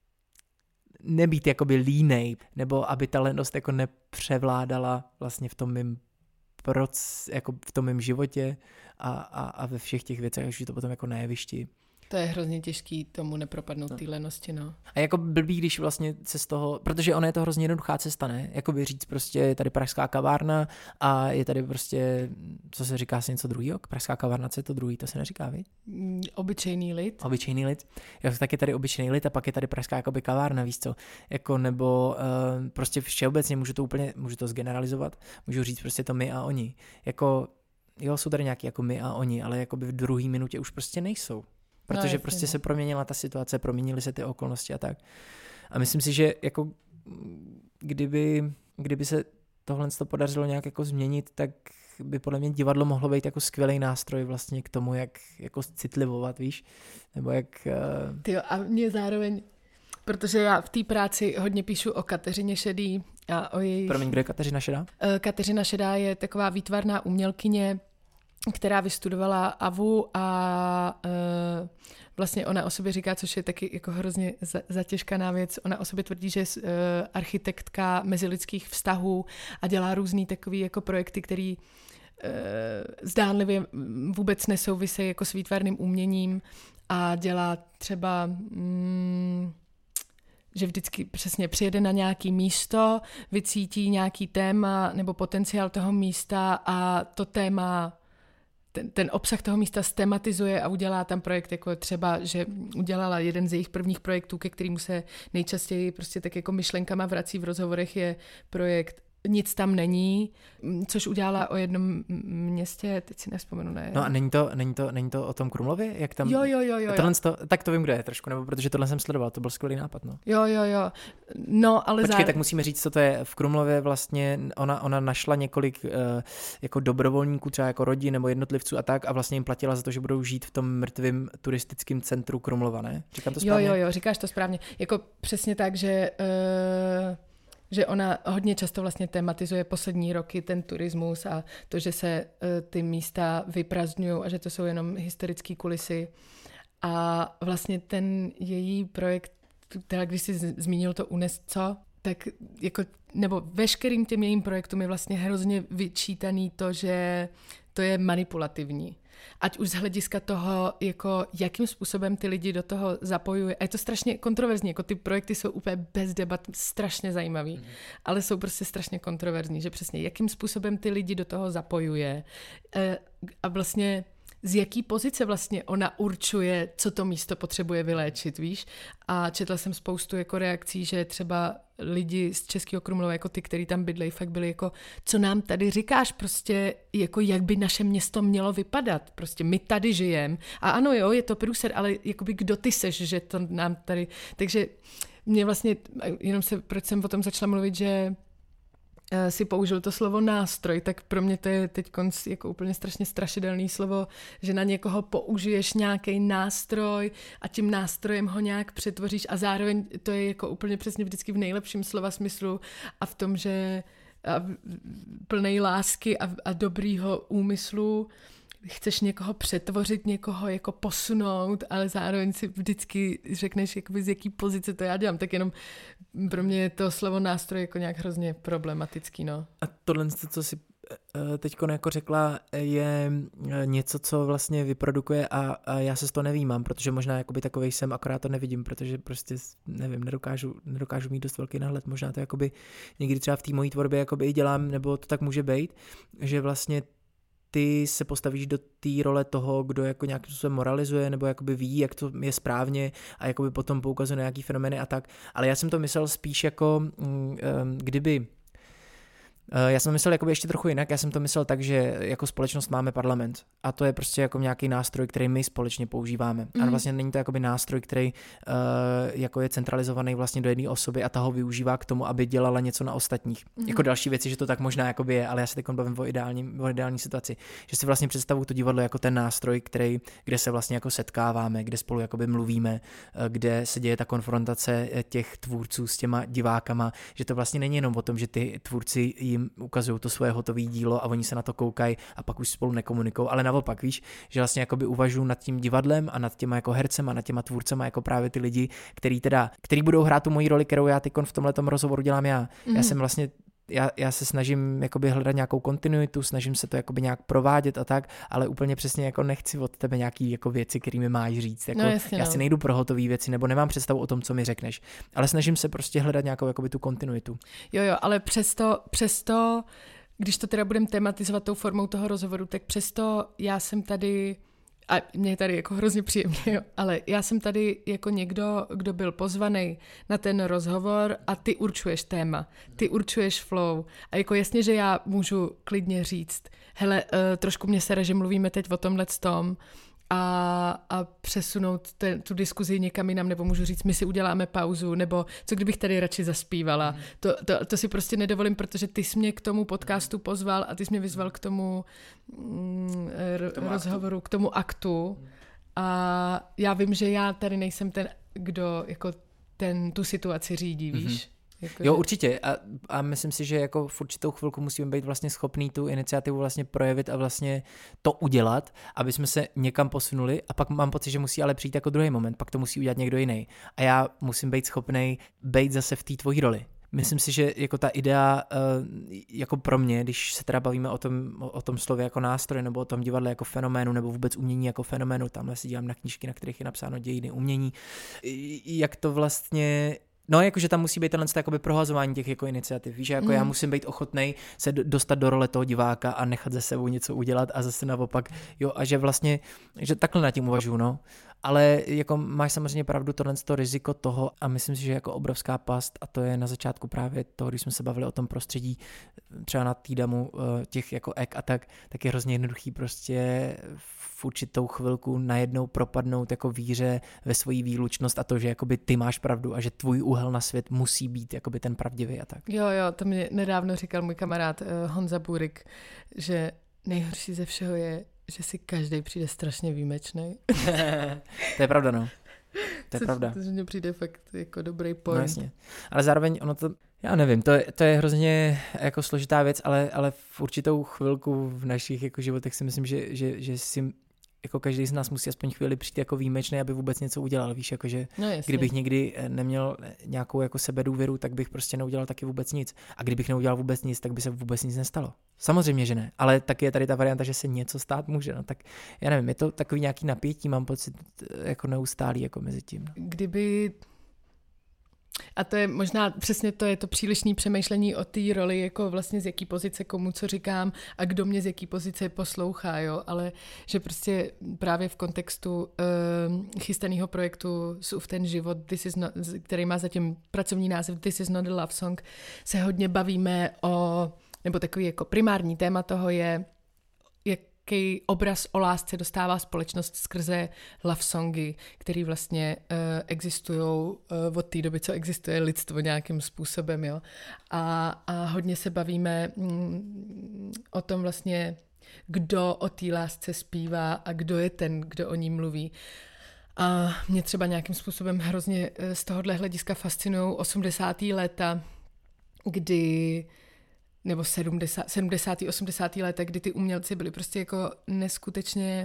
nebýt jakoby línej, nebo aby ta lenost jako nepřevládala vlastně v tom mým proc, jako v tom mém životě a, a, a ve všech těch věcech, už je to potom jako na jevišti. To je hrozně těžký tomu nepropadnout no. té lenosti, no. A jako blbý, když vlastně se z toho, protože ona je to hrozně jednoduchá cesta, ne? Jakoby říct prostě, je tady pražská kavárna a je tady prostě, co se říká, si něco druhýho? Pražská kavárna, co je to druhý, to se neříká, víš? Obyčejný lid. Obyčejný lid. Jo, tak je tady obyčejný lid a pak je tady pražská jakoby kavárna, víš co? Jako nebo uh, prostě všeobecně můžu to úplně, můžu to zgeneralizovat, můžu říct prostě to my a oni. Jako, jo, jsou tady nějaký jako my a oni, ale jakoby v druhé minutě už prostě nejsou. Protože no, jasně, prostě no. se proměnila ta situace, proměnily se ty okolnosti a tak. A myslím si, že jako kdyby, kdyby se tohle to podařilo nějak jako změnit, tak by podle mě divadlo mohlo být jako skvělý nástroj vlastně k tomu, jak jako citlivovat, víš? Nebo jak... Uh... Tyjo, a mě zároveň, protože já v té práci hodně píšu o Kateřině Šedý a o její... Promiň, kdo je Kateřina Šedá? Kateřina Šedá je taková výtvarná umělkyně, která vystudovala A V U a uh, vlastně ona o sobě říká, což je taky jako hrozně zatěžkaná věc, ona o sobě tvrdí, že je uh, architektka mezilidských vztahů a dělá různý takový jako projekty, který uh, zdánlivě vůbec nesouvisejí jako s výtvarným uměním a dělá třeba... Mm, že vždycky přesně přijede na nějaký místo, vycítí nějaký téma nebo potenciál toho místa a to téma Ten, ten obsah toho místa stematizuje a udělá tam projekt, jako třeba, že udělala jeden z jejich prvních projektů, ke kterému se nejčastěji prostě tak jako myšlenkama vrací v rozhovorech, je projekt Nic tam není, což udělala o jednom městě, teď si nevzpomenu, ne. No a není to, není to, není to o tom Krumlově? Jak tam... Jo, jo, jo. jo, jo. To, tak to vím, kde je trošku, nebo protože tohle jsem sledoval, to byl skvělý nápad, no. Jo, jo, jo. No, ale Počkej, zároveň... tak musíme říct, co to je. V Krumlově vlastně ona, ona našla několik uh, jako dobrovolníků, třeba jako rodin nebo jednotlivců a tak a vlastně jim platila za to, že budou žít v tom mrtvém turistickém centru Krumlova, ne? Říkám to správně? Jo, jo, jo, říkáš to správně. Jako přesně tak, že... Uh... že ona hodně často vlastně tematizuje poslední roky ten turismus a to, že se uh, ty místa vyprazdňují a že to jsou jenom historické kulisy. A vlastně ten její projekt, teda když jsi zmínil to UNESCO, tak jako, nebo veškerým těm jejím projektům je vlastně hrozně vyčítaný to, že to je manipulativní. Ať už z hlediska toho, jako jakým způsobem ty lidi do toho zapojuje. A je to strašně kontroverzní, jako ty projekty jsou úplně bez debat strašně zajímavý, mm. ale jsou prostě strašně kontroverzní, že přesně jakým způsobem ty lidi do toho zapojuje a vlastně z jaký pozice vlastně ona určuje, co to místo potřebuje vyléčit, víš? A četla jsem spoustu jako reakcí, že třeba lidi z Českého Krumlova, jako ty, který tam bydlejí, fakt byli jako, co nám tady říkáš, prostě jako jak by naše město mělo vypadat, prostě my tady žijeme. A ano, jo, je to průser, ale jakoby kdo ty seš, že to nám tady... Takže mě vlastně, jenom se, proč jsem o tom začala mluvit, že si použil to slovo nástroj, tak pro mě to je teď jako úplně strašně strašidelný slovo, že na někoho použiješ nějaký nástroj a tím nástrojem ho nějak přetvoříš a zároveň to je jako úplně přesně vždycky v nejlepším slova smyslu a v tom, že plnej lásky a, a dobrýho úmyslu chceš někoho přetvořit, někoho jako posunout, ale zároveň si vždycky řekneš, jakoby z jaký pozice to já dělám, tak jenom pro mě je to slovo nástroj jako nějak hrozně problematický, no. A tohle, co si teďko jako řekla, je něco, co vlastně vyprodukuje a, a já se z toho nevýmám, protože možná jakoby takovej jsem, akorát to nevidím, protože prostě, nevím, nedokážu, nedokážu mít dost velký náhled, možná to jakoby někdy třeba v té mojí tvorbě jakoby i dělám, nebo to tak může být, že vlastně ty se postavíš do té role toho, kdo jako nějakým způsobem moralizuje nebo jakoby ví, jak to je správně a jakoby potom poukazuje na nějaký fenomény a tak. Ale já jsem to myslel spíš jako, kdyby Já jsem myslel jakoby ještě trochu jinak, já jsem to myslel tak, že jako společnost máme parlament a to je prostě jako nějaký nástroj, který my společně používáme. Mm. A vlastně není to jakoby nástroj, který uh, jako je centralizovaný vlastně do jedné osoby a ta ho využívá k tomu, aby dělala něco na ostatních. Mm. Jako další věci, že to tak možná jakoby je, ale já se teď bavím o ideální, o ideální situaci. Že si vlastně představuju to divadlo jako ten nástroj, který, kde se vlastně jako setkáváme, kde spolu jakoby mluvíme, kde se děje ta konfrontace těch tvůrců s těma divákama, že to vlastně není jenom o tom, že ty tvůrci jim ukazují to svoje hotové dílo a oni se na to koukají a pak už spolu nekomunikují, ale naopak, víš, že vlastně jakoby uvažují nad tím divadlem a nad těma jako hercema, nad těma tvůrcema jako právě ty lidi, který teda, který budou hrát tu moji roli, kterou já teď v tomhletom rozhovoru dělám já. Mm. Já jsem vlastně Já, já se snažím jakoby hledat nějakou kontinuitu, snažím se to jakoby nějak provádět a tak, ale úplně přesně jako nechci od tebe nějaký jako věci, kterými máš říct. Jako, no, jasně, já no. si nejdu pro hotové věci, nebo nemám představu o tom, co mi řekneš, ale snažím se prostě hledat nějakou jakoby tu kontinuitu. Jo, jo, ale přesto, přesto, když to teda budeme tematizovat tou formou toho rozhovoru, tak přesto já jsem tady... A mě je tady jako hrozně příjemně, jo. Ale já jsem tady jako někdo, kdo byl pozvaný na ten rozhovor a ty určuješ téma, ty určuješ flow. A jako jasně, že já můžu klidně říct, hele, uh, trošku mě sere, že mluvíme teď o tomhletom a, a přesunout ten, tu diskuzi někam jinam, nebo můžu říct, my si uděláme pauzu, nebo co kdybych tady radši zaspívala. Mm. To, to, to si prostě nedovolím, protože ty jsi mě k tomu podcastu pozval a ty jsi mě vyzval k tomu, mm, r- k tomu rozhovoru, aktu. k tomu aktu. A já vím, že já tady nejsem ten, kdo jako ten, tu situaci řídí, víš? Mm-hmm. Jako, jo, že... určitě. A, a myslím si, že jako v určitou chvilku musíme být vlastně schopný tu iniciativu vlastně projevit a vlastně to udělat, aby jsme se někam posunuli a pak mám pocit, že musí ale přijít jako druhý moment, pak to musí udělat někdo jiný. A já musím být schopnej být zase v té tvojí roli. Myslím si, že jako ta idea, jako pro mě, když se teda bavíme o tom, o tom slově jako nástroj, nebo o tom divadle jako fenoménu, nebo vůbec umění jako fenoménu, tamhle si dělám na knížky, na kterých je napsáno dějiny umění, jak to vlastně... No, jakože tam musí být tenhle jakoby prohazování těch jako iniciativ, víš, jako mm. já musím být ochotnej se dostat do role toho diváka a nechat ze sebou něco udělat a zase naopak, jo, a že vlastně, že takhle nad tím uvažuji, no, ale jako máš samozřejmě pravdu, tohle to riziko toho a myslím si, že jako obrovská past a to je na začátku právě toho, když jsme se bavili o tom prostředí, třeba na týdamu těch jako ek a tak, tak je hrozně jednoduchý prostě v určitou chvilku najednou propadnout jako víře ve svoji výlučnost a to, že jakoby ty máš pravdu a že tvůj úhel na svět musí být jakoby ten pravdivý a tak. Jo, jo, to mě nedávno říkal můj kamarád uh, Honza Burik, že nejhorší ze všeho je, že si každý přijde strašně výjimečný. To je pravda, no. To je Co, pravda. To mně přijde fakt jako dobrý point. No jasně. Ale zároveň ono to, já nevím, to je, to je hrozně jako složitá věc, ale, ale v určitou chvilku v našich jako životech si myslím, že, že, že si jako každý z nás musí aspoň chvíli přijít jako výjimečný, aby vůbec něco udělal, víš, jakože no kdybych někdy neměl nějakou jako sebedůvěru, tak bych prostě neudělal taky vůbec nic. A kdybych neudělal vůbec nic, tak by se vůbec nic nestalo. Samozřejmě, že ne, ale taky je tady ta varianta, že se něco stát může, no tak já nevím, je to takový nějaký napětí, mám pocit jako neustálý jako mezi tím. Kdyby a to je možná přesně to je to přílišné přemýšlení o té roli, jako vlastně z jaký pozice komu co říkám a kdo mě z jaký pozice poslouchá, jo, ale že prostě právě v kontextu uh, chystaného projektu Sův ten život, this is not, který má zatím pracovní název This is not a love song, se hodně bavíme o, nebo takový jako primární téma toho je, jaký obraz o lásce dostává společnost skrze love songy, které vlastně uh, existují uh, od té doby, co existuje lidstvo nějakým způsobem. Jo? A, a hodně se bavíme mm, o tom vlastně, kdo o té lásce zpívá a kdo je ten, kdo o ní mluví. A mě třeba nějakým způsobem hrozně z tohohle hlediska fascinují osmdesátá léta, kdy nebo sedmdesátá osmdesátá léta, kdy ty umělci byli prostě jako neskutečně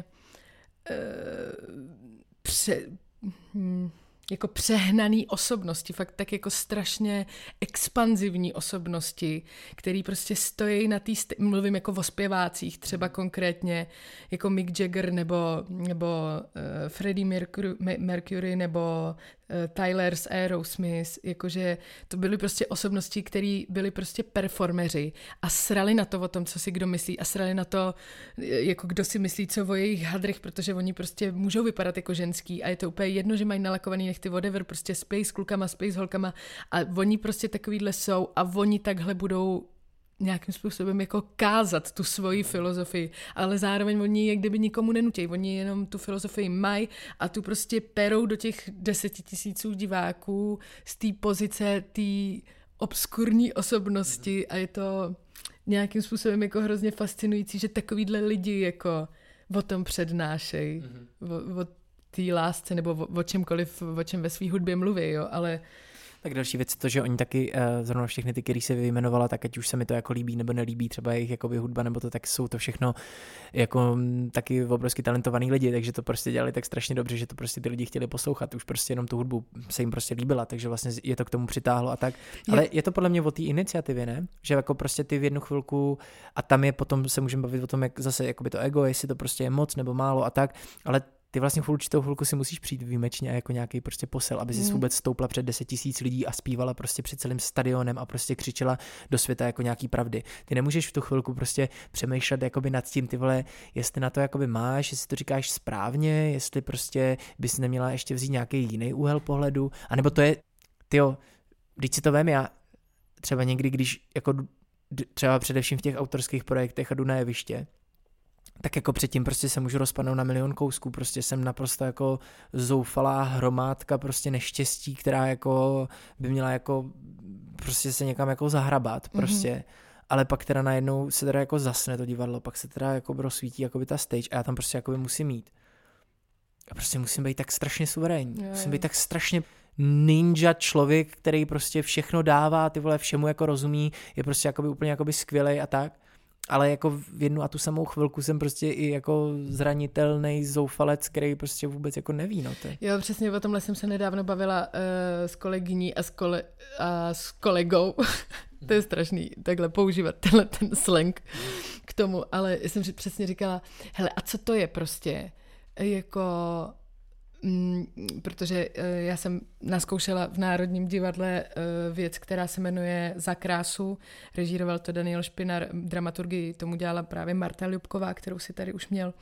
uh, pře, hm, jako přehnaný osobnosti, fakt tak jako strašně expanzivní osobnosti, který prostě stojí na té, st- mluvím jako o zpěvácích, třeba konkrétně jako Mick Jagger nebo, nebo uh, Freddie Mercury, Mercury nebo uh, Tyler z Aerosmith, jakože to byly prostě osobnosti, které byly prostě performeři a srali na to o tom, co si kdo myslí a srali na to, jako kdo si myslí, co o jejich hadrech, protože oni prostě můžou vypadat jako ženský a je to úplně jedno, že mají nalakovaný nechty whatever, prostě spej s klukama, spej s holkama a oni prostě takovýhle jsou a oni takhle budou nějakým způsobem jako kázat tu svoji filozofii, ale zároveň oni je kdyby nikomu nenutí, oni jenom tu filozofii mají a tu prostě perou do těch deseti tisíců diváků z té pozice té obskurní osobnosti a je to nějakým způsobem jako hrozně fascinující, že takovýhle lidi jako o tom přednášejí, mm-hmm. o, o té lásce nebo o, o čemkoliv, o čem ve své hudbě mluví, jo, ale tak další věc je to, že oni taky, zrovna všechny ty, který se vyjmenovala, tak ať už se mi to jako líbí nebo nelíbí, třeba jejich jakoby hudba nebo to, tak jsou to všechno jako taky obrovsky talentovaný lidi, takže to prostě dělali tak strašně dobře, že to prostě ty lidi chtěli poslouchat, už prostě jenom tu hudbu se jim prostě líbila, takže vlastně je to k tomu přitáhlo a tak. Ale je, je to podle mě o té iniciativě, ne? Že jako prostě ty v jednu chvilku a tam je potom se můžeme bavit o tom, jak zase jakoby to ego, jestli to prostě je moc nebo málo a tak, ale ty vlastně v určitou chvilku si musíš přijít výjimečně jako nějaký prostě posel, aby jsi mm. vůbec stoupla před deset tisíc lidí a zpívala prostě před celým stadionem a prostě křičela do světa jako nějaký pravdy. Ty nemůžeš v tu chvilku prostě přemýšlet jakoby nad tím, ty vole, jestli na to jakoby máš, jestli to říkáš správně, jestli prostě bys neměla ještě vzít nějaký jiný úhel pohledu, anebo to je, tyjo, když si to vem, já třeba někdy, když jako třeba především v těch autorských projektech a jdu na jeviště, tak jako předtím prostě se můžu rozpadnout na milion kousků, prostě jsem naprosto jako zoufalá hromádka prostě neštěstí, která jako by měla jako prostě se někam jako zahrabat prostě, mm-hmm. ale pak teda najednou se teda jako zasne to divadlo, pak se teda jako rozsvítí jako by ta stage a já tam prostě jako by musím jít. A prostě musím být tak strašně suverénní, je. musím být tak strašně ninja člověk, který prostě všechno dává, ty vole všemu jako rozumí, je prostě jakoby úplně jakoby skvělej a tak. Ale jako v jednu a tu samou chvilku jsem prostě i jako zranitelný zoufalec, který prostě vůbec jako neví, no to. Jo, přesně o tomhle jsem se nedávno bavila uh, s kolegyní a s, kole, a s kolegou. To je strašný, takhle používat tenhle ten slang k tomu, ale jsem přesně říkala, hele, a co to je prostě, jako... Mm, protože uh, já jsem naskoušela v Národním divadle uh, věc, která se jmenuje Za krásu. Režíroval to Daniel Špinar, dramaturgii tomu dělala právě Marta Ljubková, kterou si tady už měl.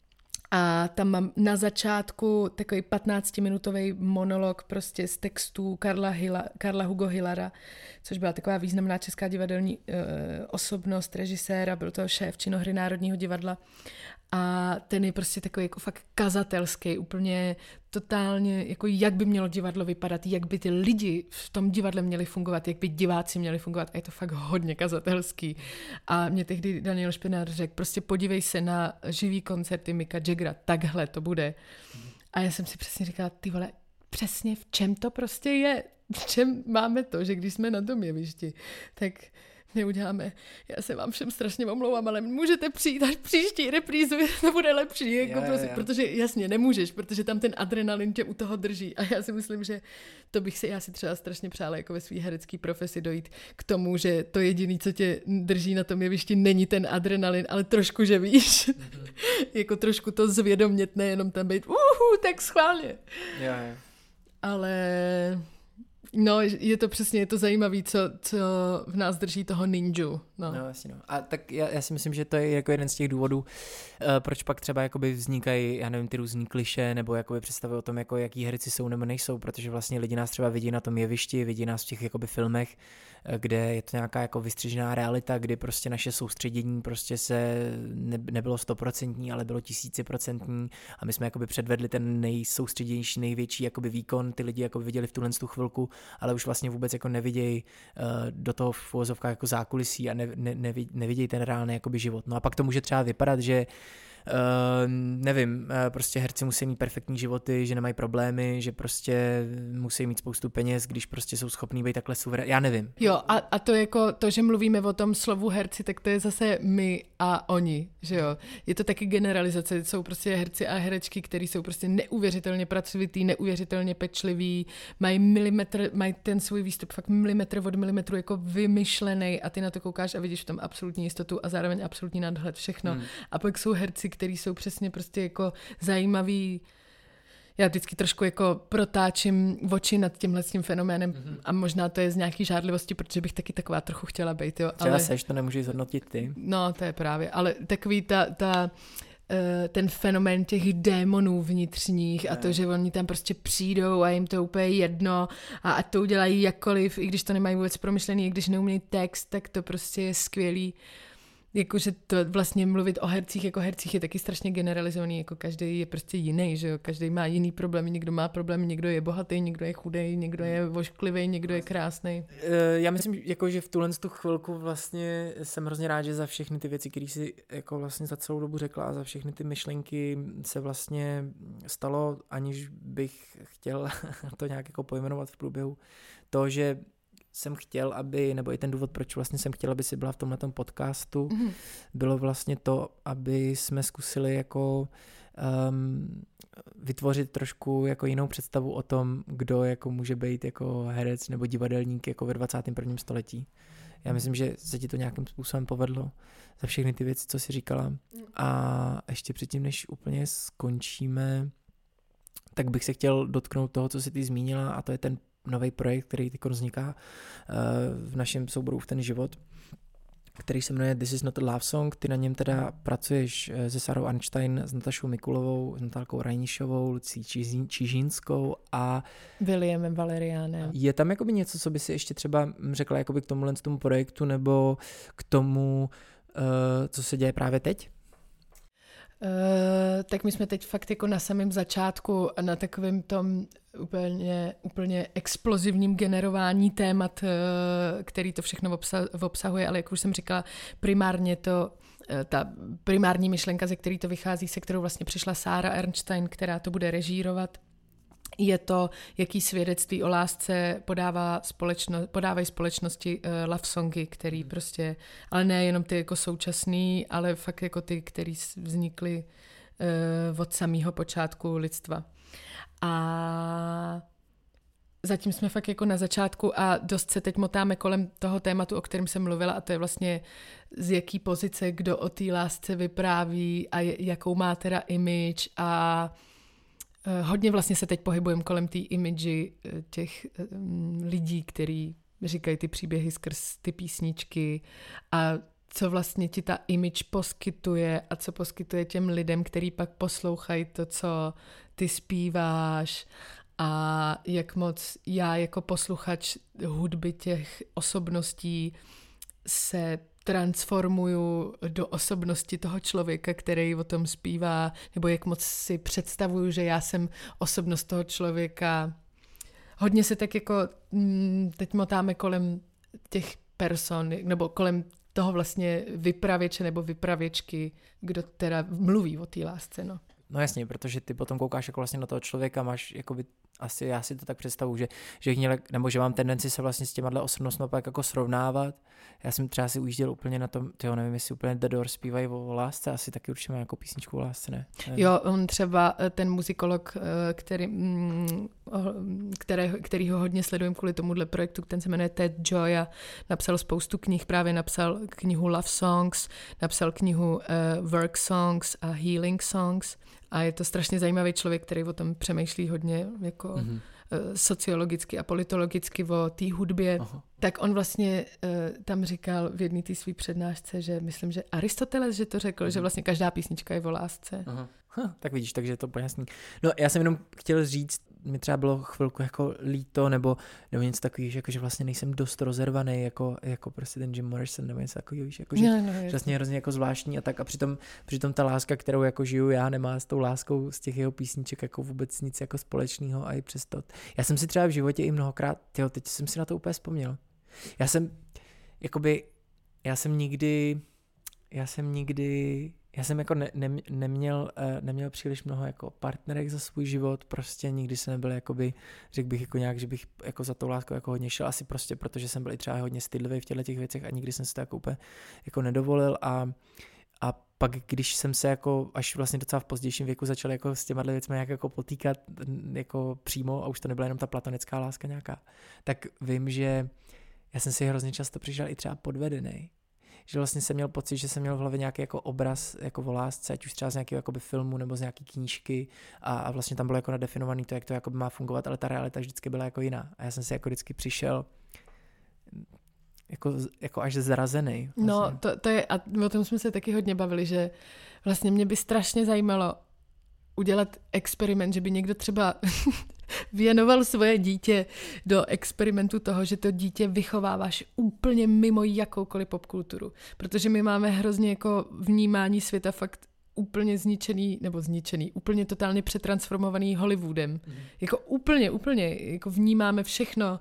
A tam mám na začátku takový patnáctiminutový monolog prostě z textů Karla, Hila, Karla Hugo Hillara, což byla taková významná česká divadelní uh, osobnost, režiséra, byl to šéf činohry Národního divadla. A ten je prostě takový jako fakt kazatelský, úplně totálně, jako jak by mělo divadlo vypadat, jak by ty lidi v tom divadle měli fungovat, jak by diváci měli fungovat a je to fakt hodně kazatelský. A mě tehdy Daniel Špinár řekl, prostě podívej se na živý koncerty Micka Jaggera, takhle to bude. A já jsem si přesně říkala, ty vole, přesně v čem to prostě je, v čem máme to, že když jsme na tom jevišti, tak... neuděláme. Já se vám všem strašně omlouvám, ale můžete přijít až příští reprízu, to bude lepší, jako já, prostě, já. protože jasně nemůžeš, protože tam ten adrenalin tě u toho drží a já si myslím, že to bych si, já si třeba strašně přála jako ve své herecké profesi dojít k tomu, že to jediné, co tě drží na tom jevišti, není ten adrenalin, ale trošku, že víš, mm-hmm. jako trošku to zvědomět, nejenom tam být, uhu, tak schválně. Já, já. Ale... No, je to přesně, je to zajímavé, co, co v nás drží toho ninju. No, no jasně, no. A tak já, já si myslím, že to je jako jeden z těch důvodů, uh, proč pak třeba jakoby vznikají, já nevím, ty různý klišé, nebo jakoby představy o tom, jako jaký herci jsou nebo nejsou, protože vlastně lidi nás třeba vidí na tom jevišti, vidí nás v těch jakoby filmech, kde je to nějaká jako vystřižená realita, kdy prostě naše soustředění prostě se ne, nebylo stoprocentní, ale bylo tisíciprocentní a my jsme jakoby předvedli ten nejsoustředěnější, největší jakoby výkon, ty lidi jakoby viděli v tuhle tu chvilku, ale už vlastně vůbec jako nevidějí uh, do toho v uvozovkách jako zákulisí a ne, ne, nevidí, nevidějí ten reálný jakoby život. No a pak to může třeba vypadat, že Uh, nevím, uh, prostě herci musí mít perfektní životy, že nemají problémy, že prostě musí mít spoustu peněz, když prostě jsou schopní být takhle suverén. Já nevím. Jo, a, a to jako to, že mluvíme o tom slovu herci, tak to je zase my a oni, že jo. Je to taky generalizace, jsou prostě herci a herečky, kteří jsou prostě neuvěřitelně pracovitý, neuvěřitelně pečliví, mají milimetr, mají ten svůj výstup fakt milimetr od milimetru jako vymyšlený a ty na to koukáš a vidíš v tom absolutní jistotu a zároveň absolutní nadhled, všechno. Hmm. A pak jsou herci, který jsou přesně prostě jako zajímavý. Já vždycky trošku jako protáčím oči nad tímhle tím fenoménem mm-hmm. a možná to je z nějaký žádlivosti, protože bych taky taková trochu chtěla být. Jo. Třeba ale... seš, to nemůžeš zhodnotit ty. No, to je právě, ale takový ta, ta, ten fenomén těch démonů vnitřních a to, že oni tam prostě přijdou a jim to úplně jedno a ať to udělají jakkoliv, i když to nemají vůbec promyšlený, i když neumějí text, tak to prostě je skvělý. Jakože to vlastně mluvit o hercích jako hercích je taky strašně generalizovaný, jako každý je prostě jiný, že jo, každý má jiný problém, někdo má problém, někdo je bohatý, někdo je chudej, někdo je vošklivý, někdo je krásný. Já myslím, jako, že v tuhle tu chvilku vlastně jsem hrozně rád, že za všechny ty věci, které si jako vlastně za celou dobu řekla a za všechny ty myšlenky se vlastně stalo, aniž bych chtěl to nějak jako pojmenovat v průběhu, to, že jsem chtěl, aby, nebo i ten důvod, proč vlastně jsem chtěl, aby si byla v tomhletom podcastu, mm. bylo vlastně to, aby jsme zkusili jako um, vytvořit trošku jako jinou představu o tom, kdo jako může být jako herec nebo divadelník jako ve dvacátém prvním století. Já myslím, že se ti to nějakým způsobem povedlo za všechny ty věci, co jsi říkala. A ještě předtím, než úplně skončíme, tak bych se chtěl dotknout toho, co jsi ty zmínila, a to je ten nový projekt, který teď vzniká v našem souboru V ten život, který se jmenuje This is not a love song. Ty na něm teda pracuješ se Sarou Arnstein, s Natašou Mikulovou, s Natálkou Rajnišovou, Lucí Čižínskou a Williamem Valeriánem. Je tam jakoby něco, co by si ještě třeba řekla jakoby k tomuhle tomu projektu nebo k tomu, co se děje právě teď? Uh, tak my jsme teď fakt jako na samém začátku na takovém tom úplně, úplně explozivním generování témat, uh, který to všechno obsa- obsahuje, ale jak už jsem říkala, primárně to, uh, ta primární myšlenka, ze který to vychází, se kterou vlastně přišla Sára Arnstein, která to bude režírovat, je to, jaký svědectví o lásce podává společno, podávají společnosti uh, love songy, který prostě, ale ne jenom ty jako současný, ale fakt jako ty, který vznikly uh, od samého počátku lidstva. A zatím jsme fakt jako na začátku a dost se teď motáme kolem toho tématu, o kterém jsem mluvila, a to je vlastně z jaký pozice kdo o té lásce vypráví a jakou má teda image a hodně vlastně se teď pohybujeme kolem té imidži těch lidí, kteří říkají ty příběhy skrz ty písničky a co vlastně ti ta image poskytuje a co poskytuje těm lidem, který pak poslouchají to, co ty zpíváš a jak moc já jako posluchač hudby těch osobností se transformuju do osobnosti toho člověka, který o tom zpívá, nebo jak moc si představuju, že já jsem osobnost toho člověka. Hodně se tak jako teď motáme kolem těch person, nebo kolem toho vlastně vypravěče nebo vypravěčky, kdo teda mluví o té lásce, no. No jasně, protože ty potom koukáš jako vlastně na toho člověka, máš jakoby, asi já si to tak představuji, že, že měl, nebo že mám tendenci se vlastně s těma osobnostmi pak jako srovnávat. Já jsem třeba si ujížděl úplně na tom, tyjo, nevím, jestli úplně The Doors zpívají o, o lásce, asi taky určitě má jako písničku o lásce, ne? ne? Jo, on třeba, ten muzikolog, který, které, který ho hodně sledujem kvůli tomuhle projektu, ten se jmenuje Ted Joy a napsal spoustu knih, právě napsal knihu Love Songs, napsal knihu uh, Work Songs a Healing Songs a je to strašně zajímavý člověk, který o tom přemýšlí hodně jako mm-hmm. sociologicky a politologicky o té hudbě. Aha. Tak on vlastně uh, tam říkal v jedné té své přednášce, že myslím, že Aristoteles, že to řekl, mm-hmm. že vlastně každá písnička je o lásce. Aha. Ha, tak vidíš, takže je to úplně jasný. No já jsem jenom chtěl říct, mi třeba bylo chvilku jako líto, nebo, nebo něco takového, že, jako, že vlastně nejsem dost rozervaný, jako, jako prostě ten Jim Morrison, nebo něco takového, víš, jako, že, no, no, že vlastně je hrozně jako zvláštní a tak a přitom, přitom ta láska, kterou jako žiju já, nemá s tou láskou z těch jeho písniček jako vůbec nic jako společného a i přesto. Já jsem si třeba v životě i mnohokrát, tyjo, teď jsem si na to úplně vzpomněl. Já jsem, jakoby, já jsem nikdy, já jsem nikdy Já jsem jako ne, ne, neměl, neměl příliš mnoho jako partnerek za svůj život, prostě nikdy jsem nebyl jakoby, řekl bych jako nějak, že bych jako za tou láskou jako hodně šel, asi prostě protože jsem byl i třeba hodně stydlivý v těchto těch věcech a nikdy jsem si to jako úplně jako nedovolil a, a pak když jsem se jako až vlastně docela v pozdějším věku začal jako s těma věcmi nějak jako potýkat jako přímo a už to nebyla jenom ta platonická láska nějaká, tak vím, že já jsem si hrozně často přišel i třeba podvedený. Že vlastně jsem měl pocit, že jsem měl v hlavě nějaký jako obraz jako o lásce, ať už třeba z nějakého jakoby filmu nebo z nějaký knížky a, a vlastně tam bylo jako nadefinovaný to, jak to jakoby má fungovat, ale ta realita vždycky byla jako jiná. A já jsem si jako vždycky přišel jako, jako až zrazený. Vlastně. No, to, to je, a o tom jsme se taky hodně bavili, že vlastně mě by strašně zajímalo udělat experiment, že by někdo třeba věnoval svoje dítě do experimentu toho, že to dítě vychováváš úplně mimo jakoukoliv popkulturu. Protože my máme hrozně jako vnímání světa fakt úplně zničený, nebo zničený, úplně totálně přetransformovaný Hollywoodem. Mm. Jako úplně, úplně, jako vnímáme všechno,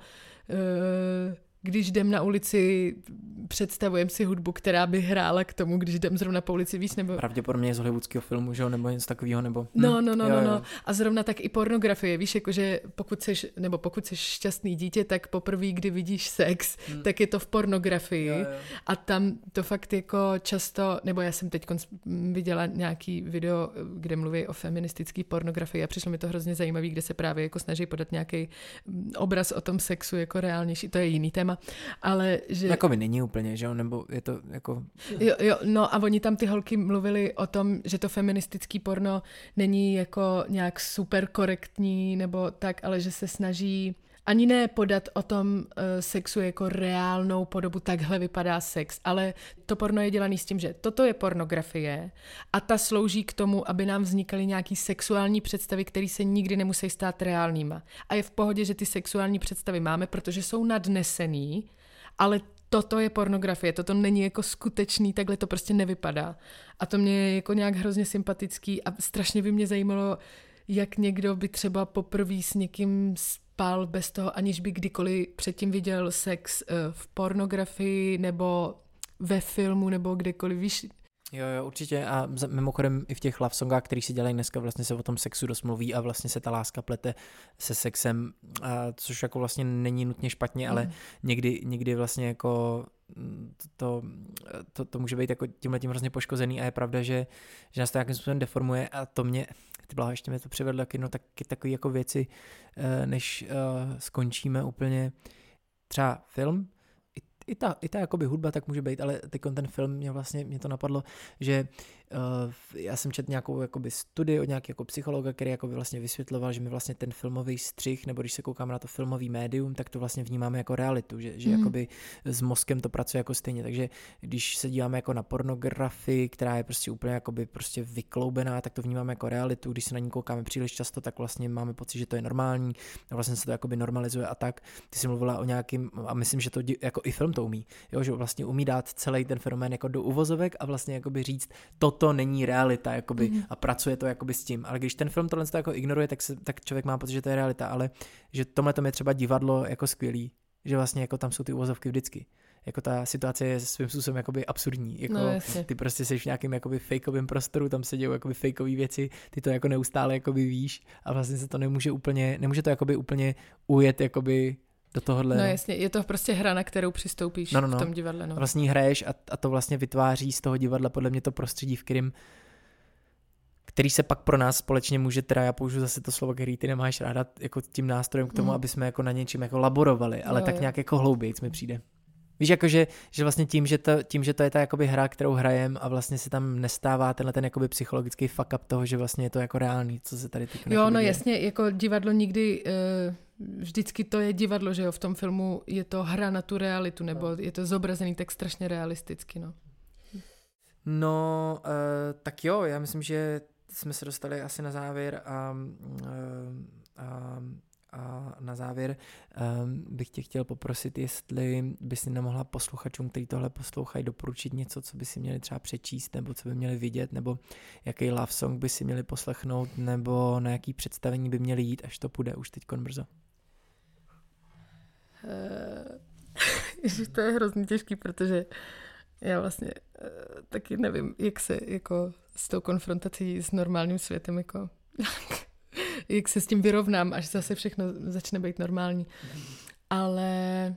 uh, když jdem na ulici, představujeme si hudbu, která by hrála k tomu, když jdem zrovna po ulici, víš, nebo... Pravděpodobně z hollywoodského filmu, že jo, nebo něco takového, nebo... Hm. No, no, no, jo, no, jo. no. A zrovna tak i pornografie, víš, jakože pokud seš, nebo pokud seš šťastný dítě, tak poprvé, kdy vidíš sex, hm. tak je to v pornografii. Jo, jo. A tam to fakt jako často, nebo já jsem teď viděla nějaký video, kde mluví o feministické pornografii a přišlo mi to hrozně zajímavý, kde se právě jako snaží podat nějaký obraz o tom sexu jako reálnější, to je jiný téma. Ale že... Jako by není úplně, že jo, nebo je to jako... Jo, jo, no a oni tam ty holky mluvili o tom, že to feministický porno není jako nějak super korektní nebo tak, ale že se snaží ani ne podat o tom uh, sexu jako reálnou podobu, takhle vypadá sex, ale to porno je dělaný s tím, že toto je pornografie a ta slouží k tomu, aby nám vznikaly nějaký sexuální představy, které se nikdy nemusí stát reálnýma. A je v pohodě, že ty sexuální představy máme, protože jsou nadnesený, ale toto je pornografie, toto není jako skutečný, takhle to prostě nevypadá. A to mě je jako nějak hrozně sympatický a strašně by mě zajímalo, jak někdo by třeba poprvé s někým spal bez toho, aniž by kdykoliv předtím viděl sex v pornografii nebo ve filmu nebo kdekoliv, víš. Jo, jo, určitě a mimochodem i v těch love songách, který si dělají dneska, vlastně se o tom sexu dost mluví a vlastně se ta láska plete se sexem, a což jako vlastně není nutně špatně, ale mm. někdy, někdy vlastně jako to, to, to může být jako tímhletím hrozně poškozený a je pravda, že, že nás to nějakým způsobem deformuje a to mě, ty bláho, ještě mě to přivedlo taky, no taky takový jako věci, než uh, skončíme úplně třeba film, I ta, i ta jakoby hudba tak může být, ale teď ten film mě vlastně, mě to napadlo, že uh, já jsem četl nějakou jakoby studii od nějakého jako psychologa, který jakoby vlastně vysvětloval, že my vlastně ten filmový střih, nebo když se koukáme na to filmový médium, tak to vlastně vnímáme jako realitu, že, že mm. jakoby s mozkem to pracuje jako stejně, takže když se díváme jako na pornografii, která je prostě úplně jakoby prostě vykloubená, tak to vnímáme jako realitu, když se na ní koukáme příliš často, tak vlastně máme pocit, že to je normální a vlastně se to jakoby normalizuje a tak. Ty jsi mluvila o nějakým, a myslím, že to jako i film to umí, jo, že vlastně umí dát celý ten fenomén jako do uvozovek a vlastně jakoby říct, toto není realita, jakoby, mm. a pracuje to jakoby s tím, ale když ten film tohle to jako ignoruje, tak, se, tak člověk má pocit, že to je realita, ale že tomhle tom je třeba divadlo jako skvělý, že vlastně jako tam jsou ty uvozovky vždycky. Jako ta situace je svým způsobem jakoby absurdní. Jako no, ty prostě jsi v nějakém jakoby fakeovém prostoru, tam se dějou jakoby fakeové věci, ty to jako neustále jakoby víš a vlastně se to nemůže úplně, nemůže to jakoby úplně ujet jakoby do tohohle. No jasně, je to prostě hra, na kterou přistoupíš no, no, no. v tom divadle. No. Vlastně hraješ a, a to vlastně vytváří z toho divadla podle mě to prostředí, v kterém který se pak pro nás společně může, teda já použiju zase to slovo, který ty nemáš ráda, jako tím nástrojem k tomu, mm. aby jsme jako na něčím jako laborovali, ale no, tak jo. nějak jako hloubějc mi přijde. Víš, jakože, že vlastně tím, že to, tím, že to je ta jakoby hra, kterou hrajem a vlastně se tam nestává tenhle ten jakoby psychologický fuck up toho, že vlastně je to jako reálný, co se tady teď Jo, no děje. Jasně, jako divadlo nikdy, uh, vždycky to je divadlo, že jo, v tom filmu je to hra na tu realitu, nebo je to zobrazený tak strašně realisticky, no. No, uh, tak jo, já myslím, že jsme se dostali asi na závěr a, uh, a A na závěr um, bych tě chtěl poprosit, jestli bys si nemohla posluchačům, kteří tohle poslouchají, doporučit něco, co by si měli třeba přečíst, nebo co by měli vidět, nebo jaký love song by si měli poslechnout, nebo na jaký představení by měli jít, až to půjde už teďkon brzo. Uh, ježiš, to je hrozně těžký, protože já vlastně uh, taky nevím, jak se jako s tou konfrontací s normálním světem jako... jak se s tím vyrovnám, až zase všechno začne být normální. Ale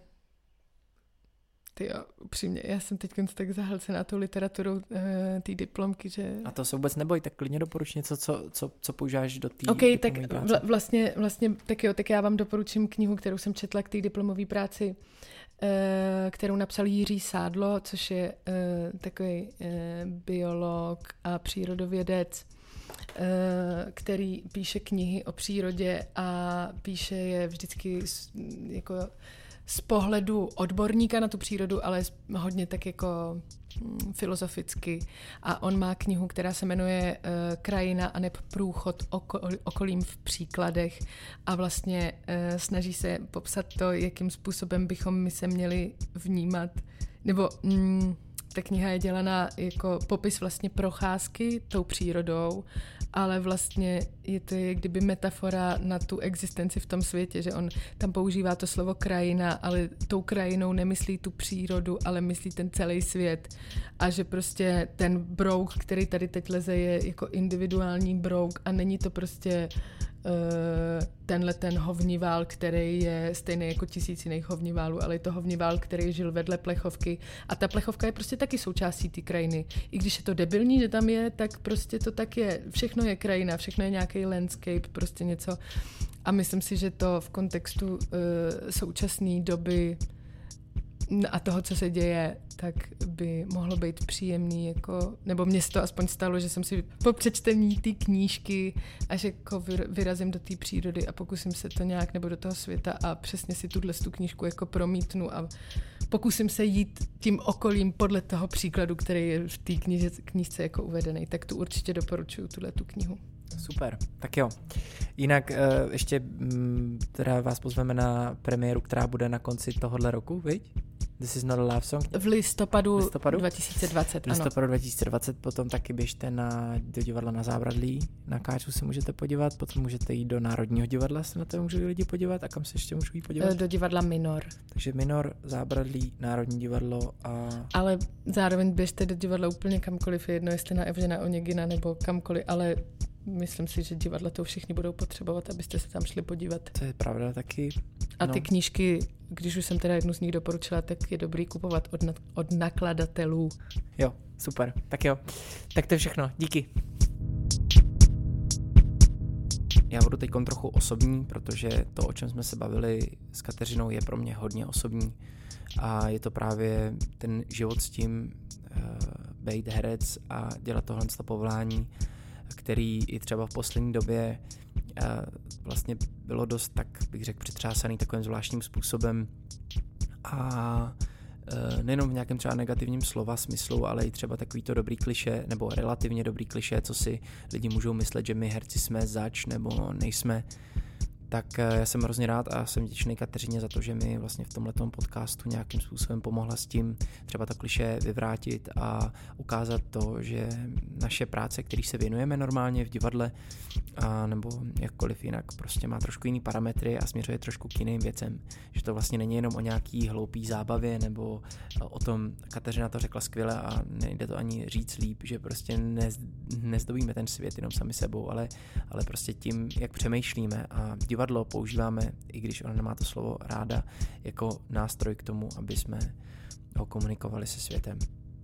tyjo, upřímně, já jsem teď tak zahlcená tou literaturou e, té diplomky, že... A to se vůbec neboj, tak klidně doporuč něco, co, co, co používáš do té Ok, tak vla, vlastně, vlastně, tak jo, tak já vám doporučím knihu, kterou jsem četla k té diplomové práci, e, kterou napsal Jiří Sádlo, což je e, takový e, biolog a přírodovědec, který píše knihy o přírodě a píše je vždycky jako z pohledu odborníka na tu přírodu, ale hodně tak jako hm, filozoficky. A on má knihu, která se jmenuje uh, Krajina a neb průchod oko- okolím v příkladech a vlastně uh, snaží se popsat to, jakým způsobem bychom my se měli vnímat, nebo hm, ta kniha je dělaná jako popis vlastně procházky tou přírodou, ale vlastně je to jak kdyby metafora na tu existenci v tom světě, že on tam používá to slovo krajina, ale tou krajinou nemyslí tu přírodu, ale myslí ten celý svět. A že prostě ten brouk, který tady teď leze, je jako individuální brouk a není to prostě uh, tenhle ten hovnivál, který je stejný jako tisíc jiných hovniválů, ale je to hovnivál, který žil vedle plechovky. A ta plechovka je prostě taky součástí té krajiny. I když je to debilní, že tam je, tak prostě to tak je. Všechno je krajina, všechno je nějaký landscape, prostě něco. A myslím si, že to v kontextu uh, současné doby a toho, co se děje, tak by mohlo být příjemný, jako, nebo mně se to aspoň stalo, že jsem si po přečtení té knížky až jako vyrazím do té přírody a pokusím se to nějak, nebo do toho světa a přesně si tuhle tu knížku jako promítnu a pokusím se jít tím okolím podle toho příkladu, který je v té knížce jako uvedený, tak tu určitě doporučuju, tuhle tu knihu. Super, tak jo. Jinak uh, ještě um, teda vás pozveme na premiéru, která bude na konci tohohle roku, viď? This is not a love song. V listopadu, listopadu? dva tisíce dvacet, v listopadu dva tisíce dvacet, potom taky běžte na, do divadla na Zábradlí, na Káču se můžete podívat, potom můžete jít do Národního divadla, se na to můžou lidi podívat a kam se ještě můžou jít podívat? Do divadla Minor. Takže Minor, Zábradlí, Národní divadlo a... Ale zároveň běžte do divadla úplně kamkoliv, je jedno jestli na Evžena Onegina nebo kamkoliv, ale myslím si, že divadla to všichni budou potřebovat, abyste se tam šli podívat. To je pravda taky. A no. ty knížky, když už jsem teda jednu z nich doporučila, tak je dobrý kupovat od, na, od nakladatelů. Jo, super. Tak jo. Tak to je všechno. Díky. Já budu teď trochu osobní, protože to, o čem jsme se bavili s Kateřinou, je pro mě hodně osobní. A je to právě ten život s tím uh, být herec a dělat tohle povolání, který i třeba v poslední době uh, vlastně bylo dost, tak bych řekl, přetřásaný takovým zvláštním způsobem a uh, nejenom v nějakém třeba negativním slova smyslu, ale i třeba takový to dobrý klišé, nebo relativně dobrý klišé, co si lidi můžou myslet, že my herci jsme zač, nebo nejsme. Tak uh, já jsem hrozně rád a jsem vděčný Kateřině za to, že mi vlastně v tomhletom podcastu nějakým způsobem pomohla s tím třeba to klišé vyvrátit a ukázat to, že naše práce, který se věnujeme normálně v divadle a nebo jakkoliv jinak, prostě má trošku jiný parametry a směřuje trošku k jiným věcem. Že to vlastně není jenom o nějaký hloupý zábavě nebo o tom, Kateřina to řekla skvěle a nejde to ani říct líp, že prostě nez, nezdobíme ten svět jenom sami sebou, ale, ale prostě tím, jak přemýšlíme a divadlo používáme, i když ona nemá to slovo ráda, jako nástroj k tomu, aby jsme ho komunikovali se světem.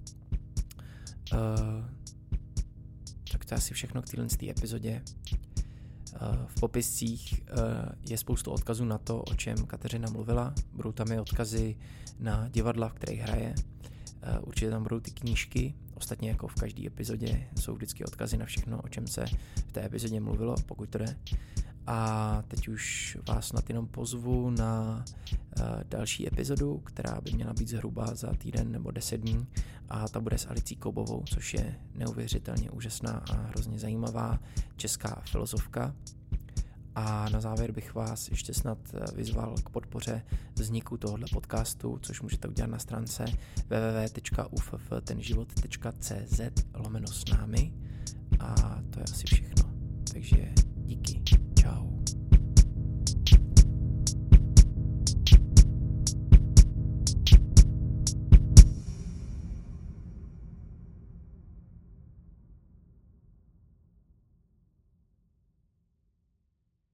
Uh, tak to je asi všechno k téhle epizodě. Uh, v popiscích uh, je spoustu odkazů na to, o čem Kateřina mluvila. Budou tam i odkazy na divadla, v kterých hraje. Uh, určitě tam budou ty knížky. Ostatně jako v každé epizodě jsou vždycky odkazy na všechno, o čem se v té epizodě mluvilo, pokud to jde. A teď už vás snad jenom pozvu na uh, další epizodu, která by měla být zhruba za týden nebo deset dní a ta bude s Alicí Koubovou, což je neuvěřitelně úžasná a hrozně zajímavá česká filozofka. A na závěr bych vás ještě snad vyzval k podpoře vzniku tohoto podcastu, což můžete udělat na stránce w w w tečka u f f ten život tečka c z lomeno s námi a to je asi všechno. Takže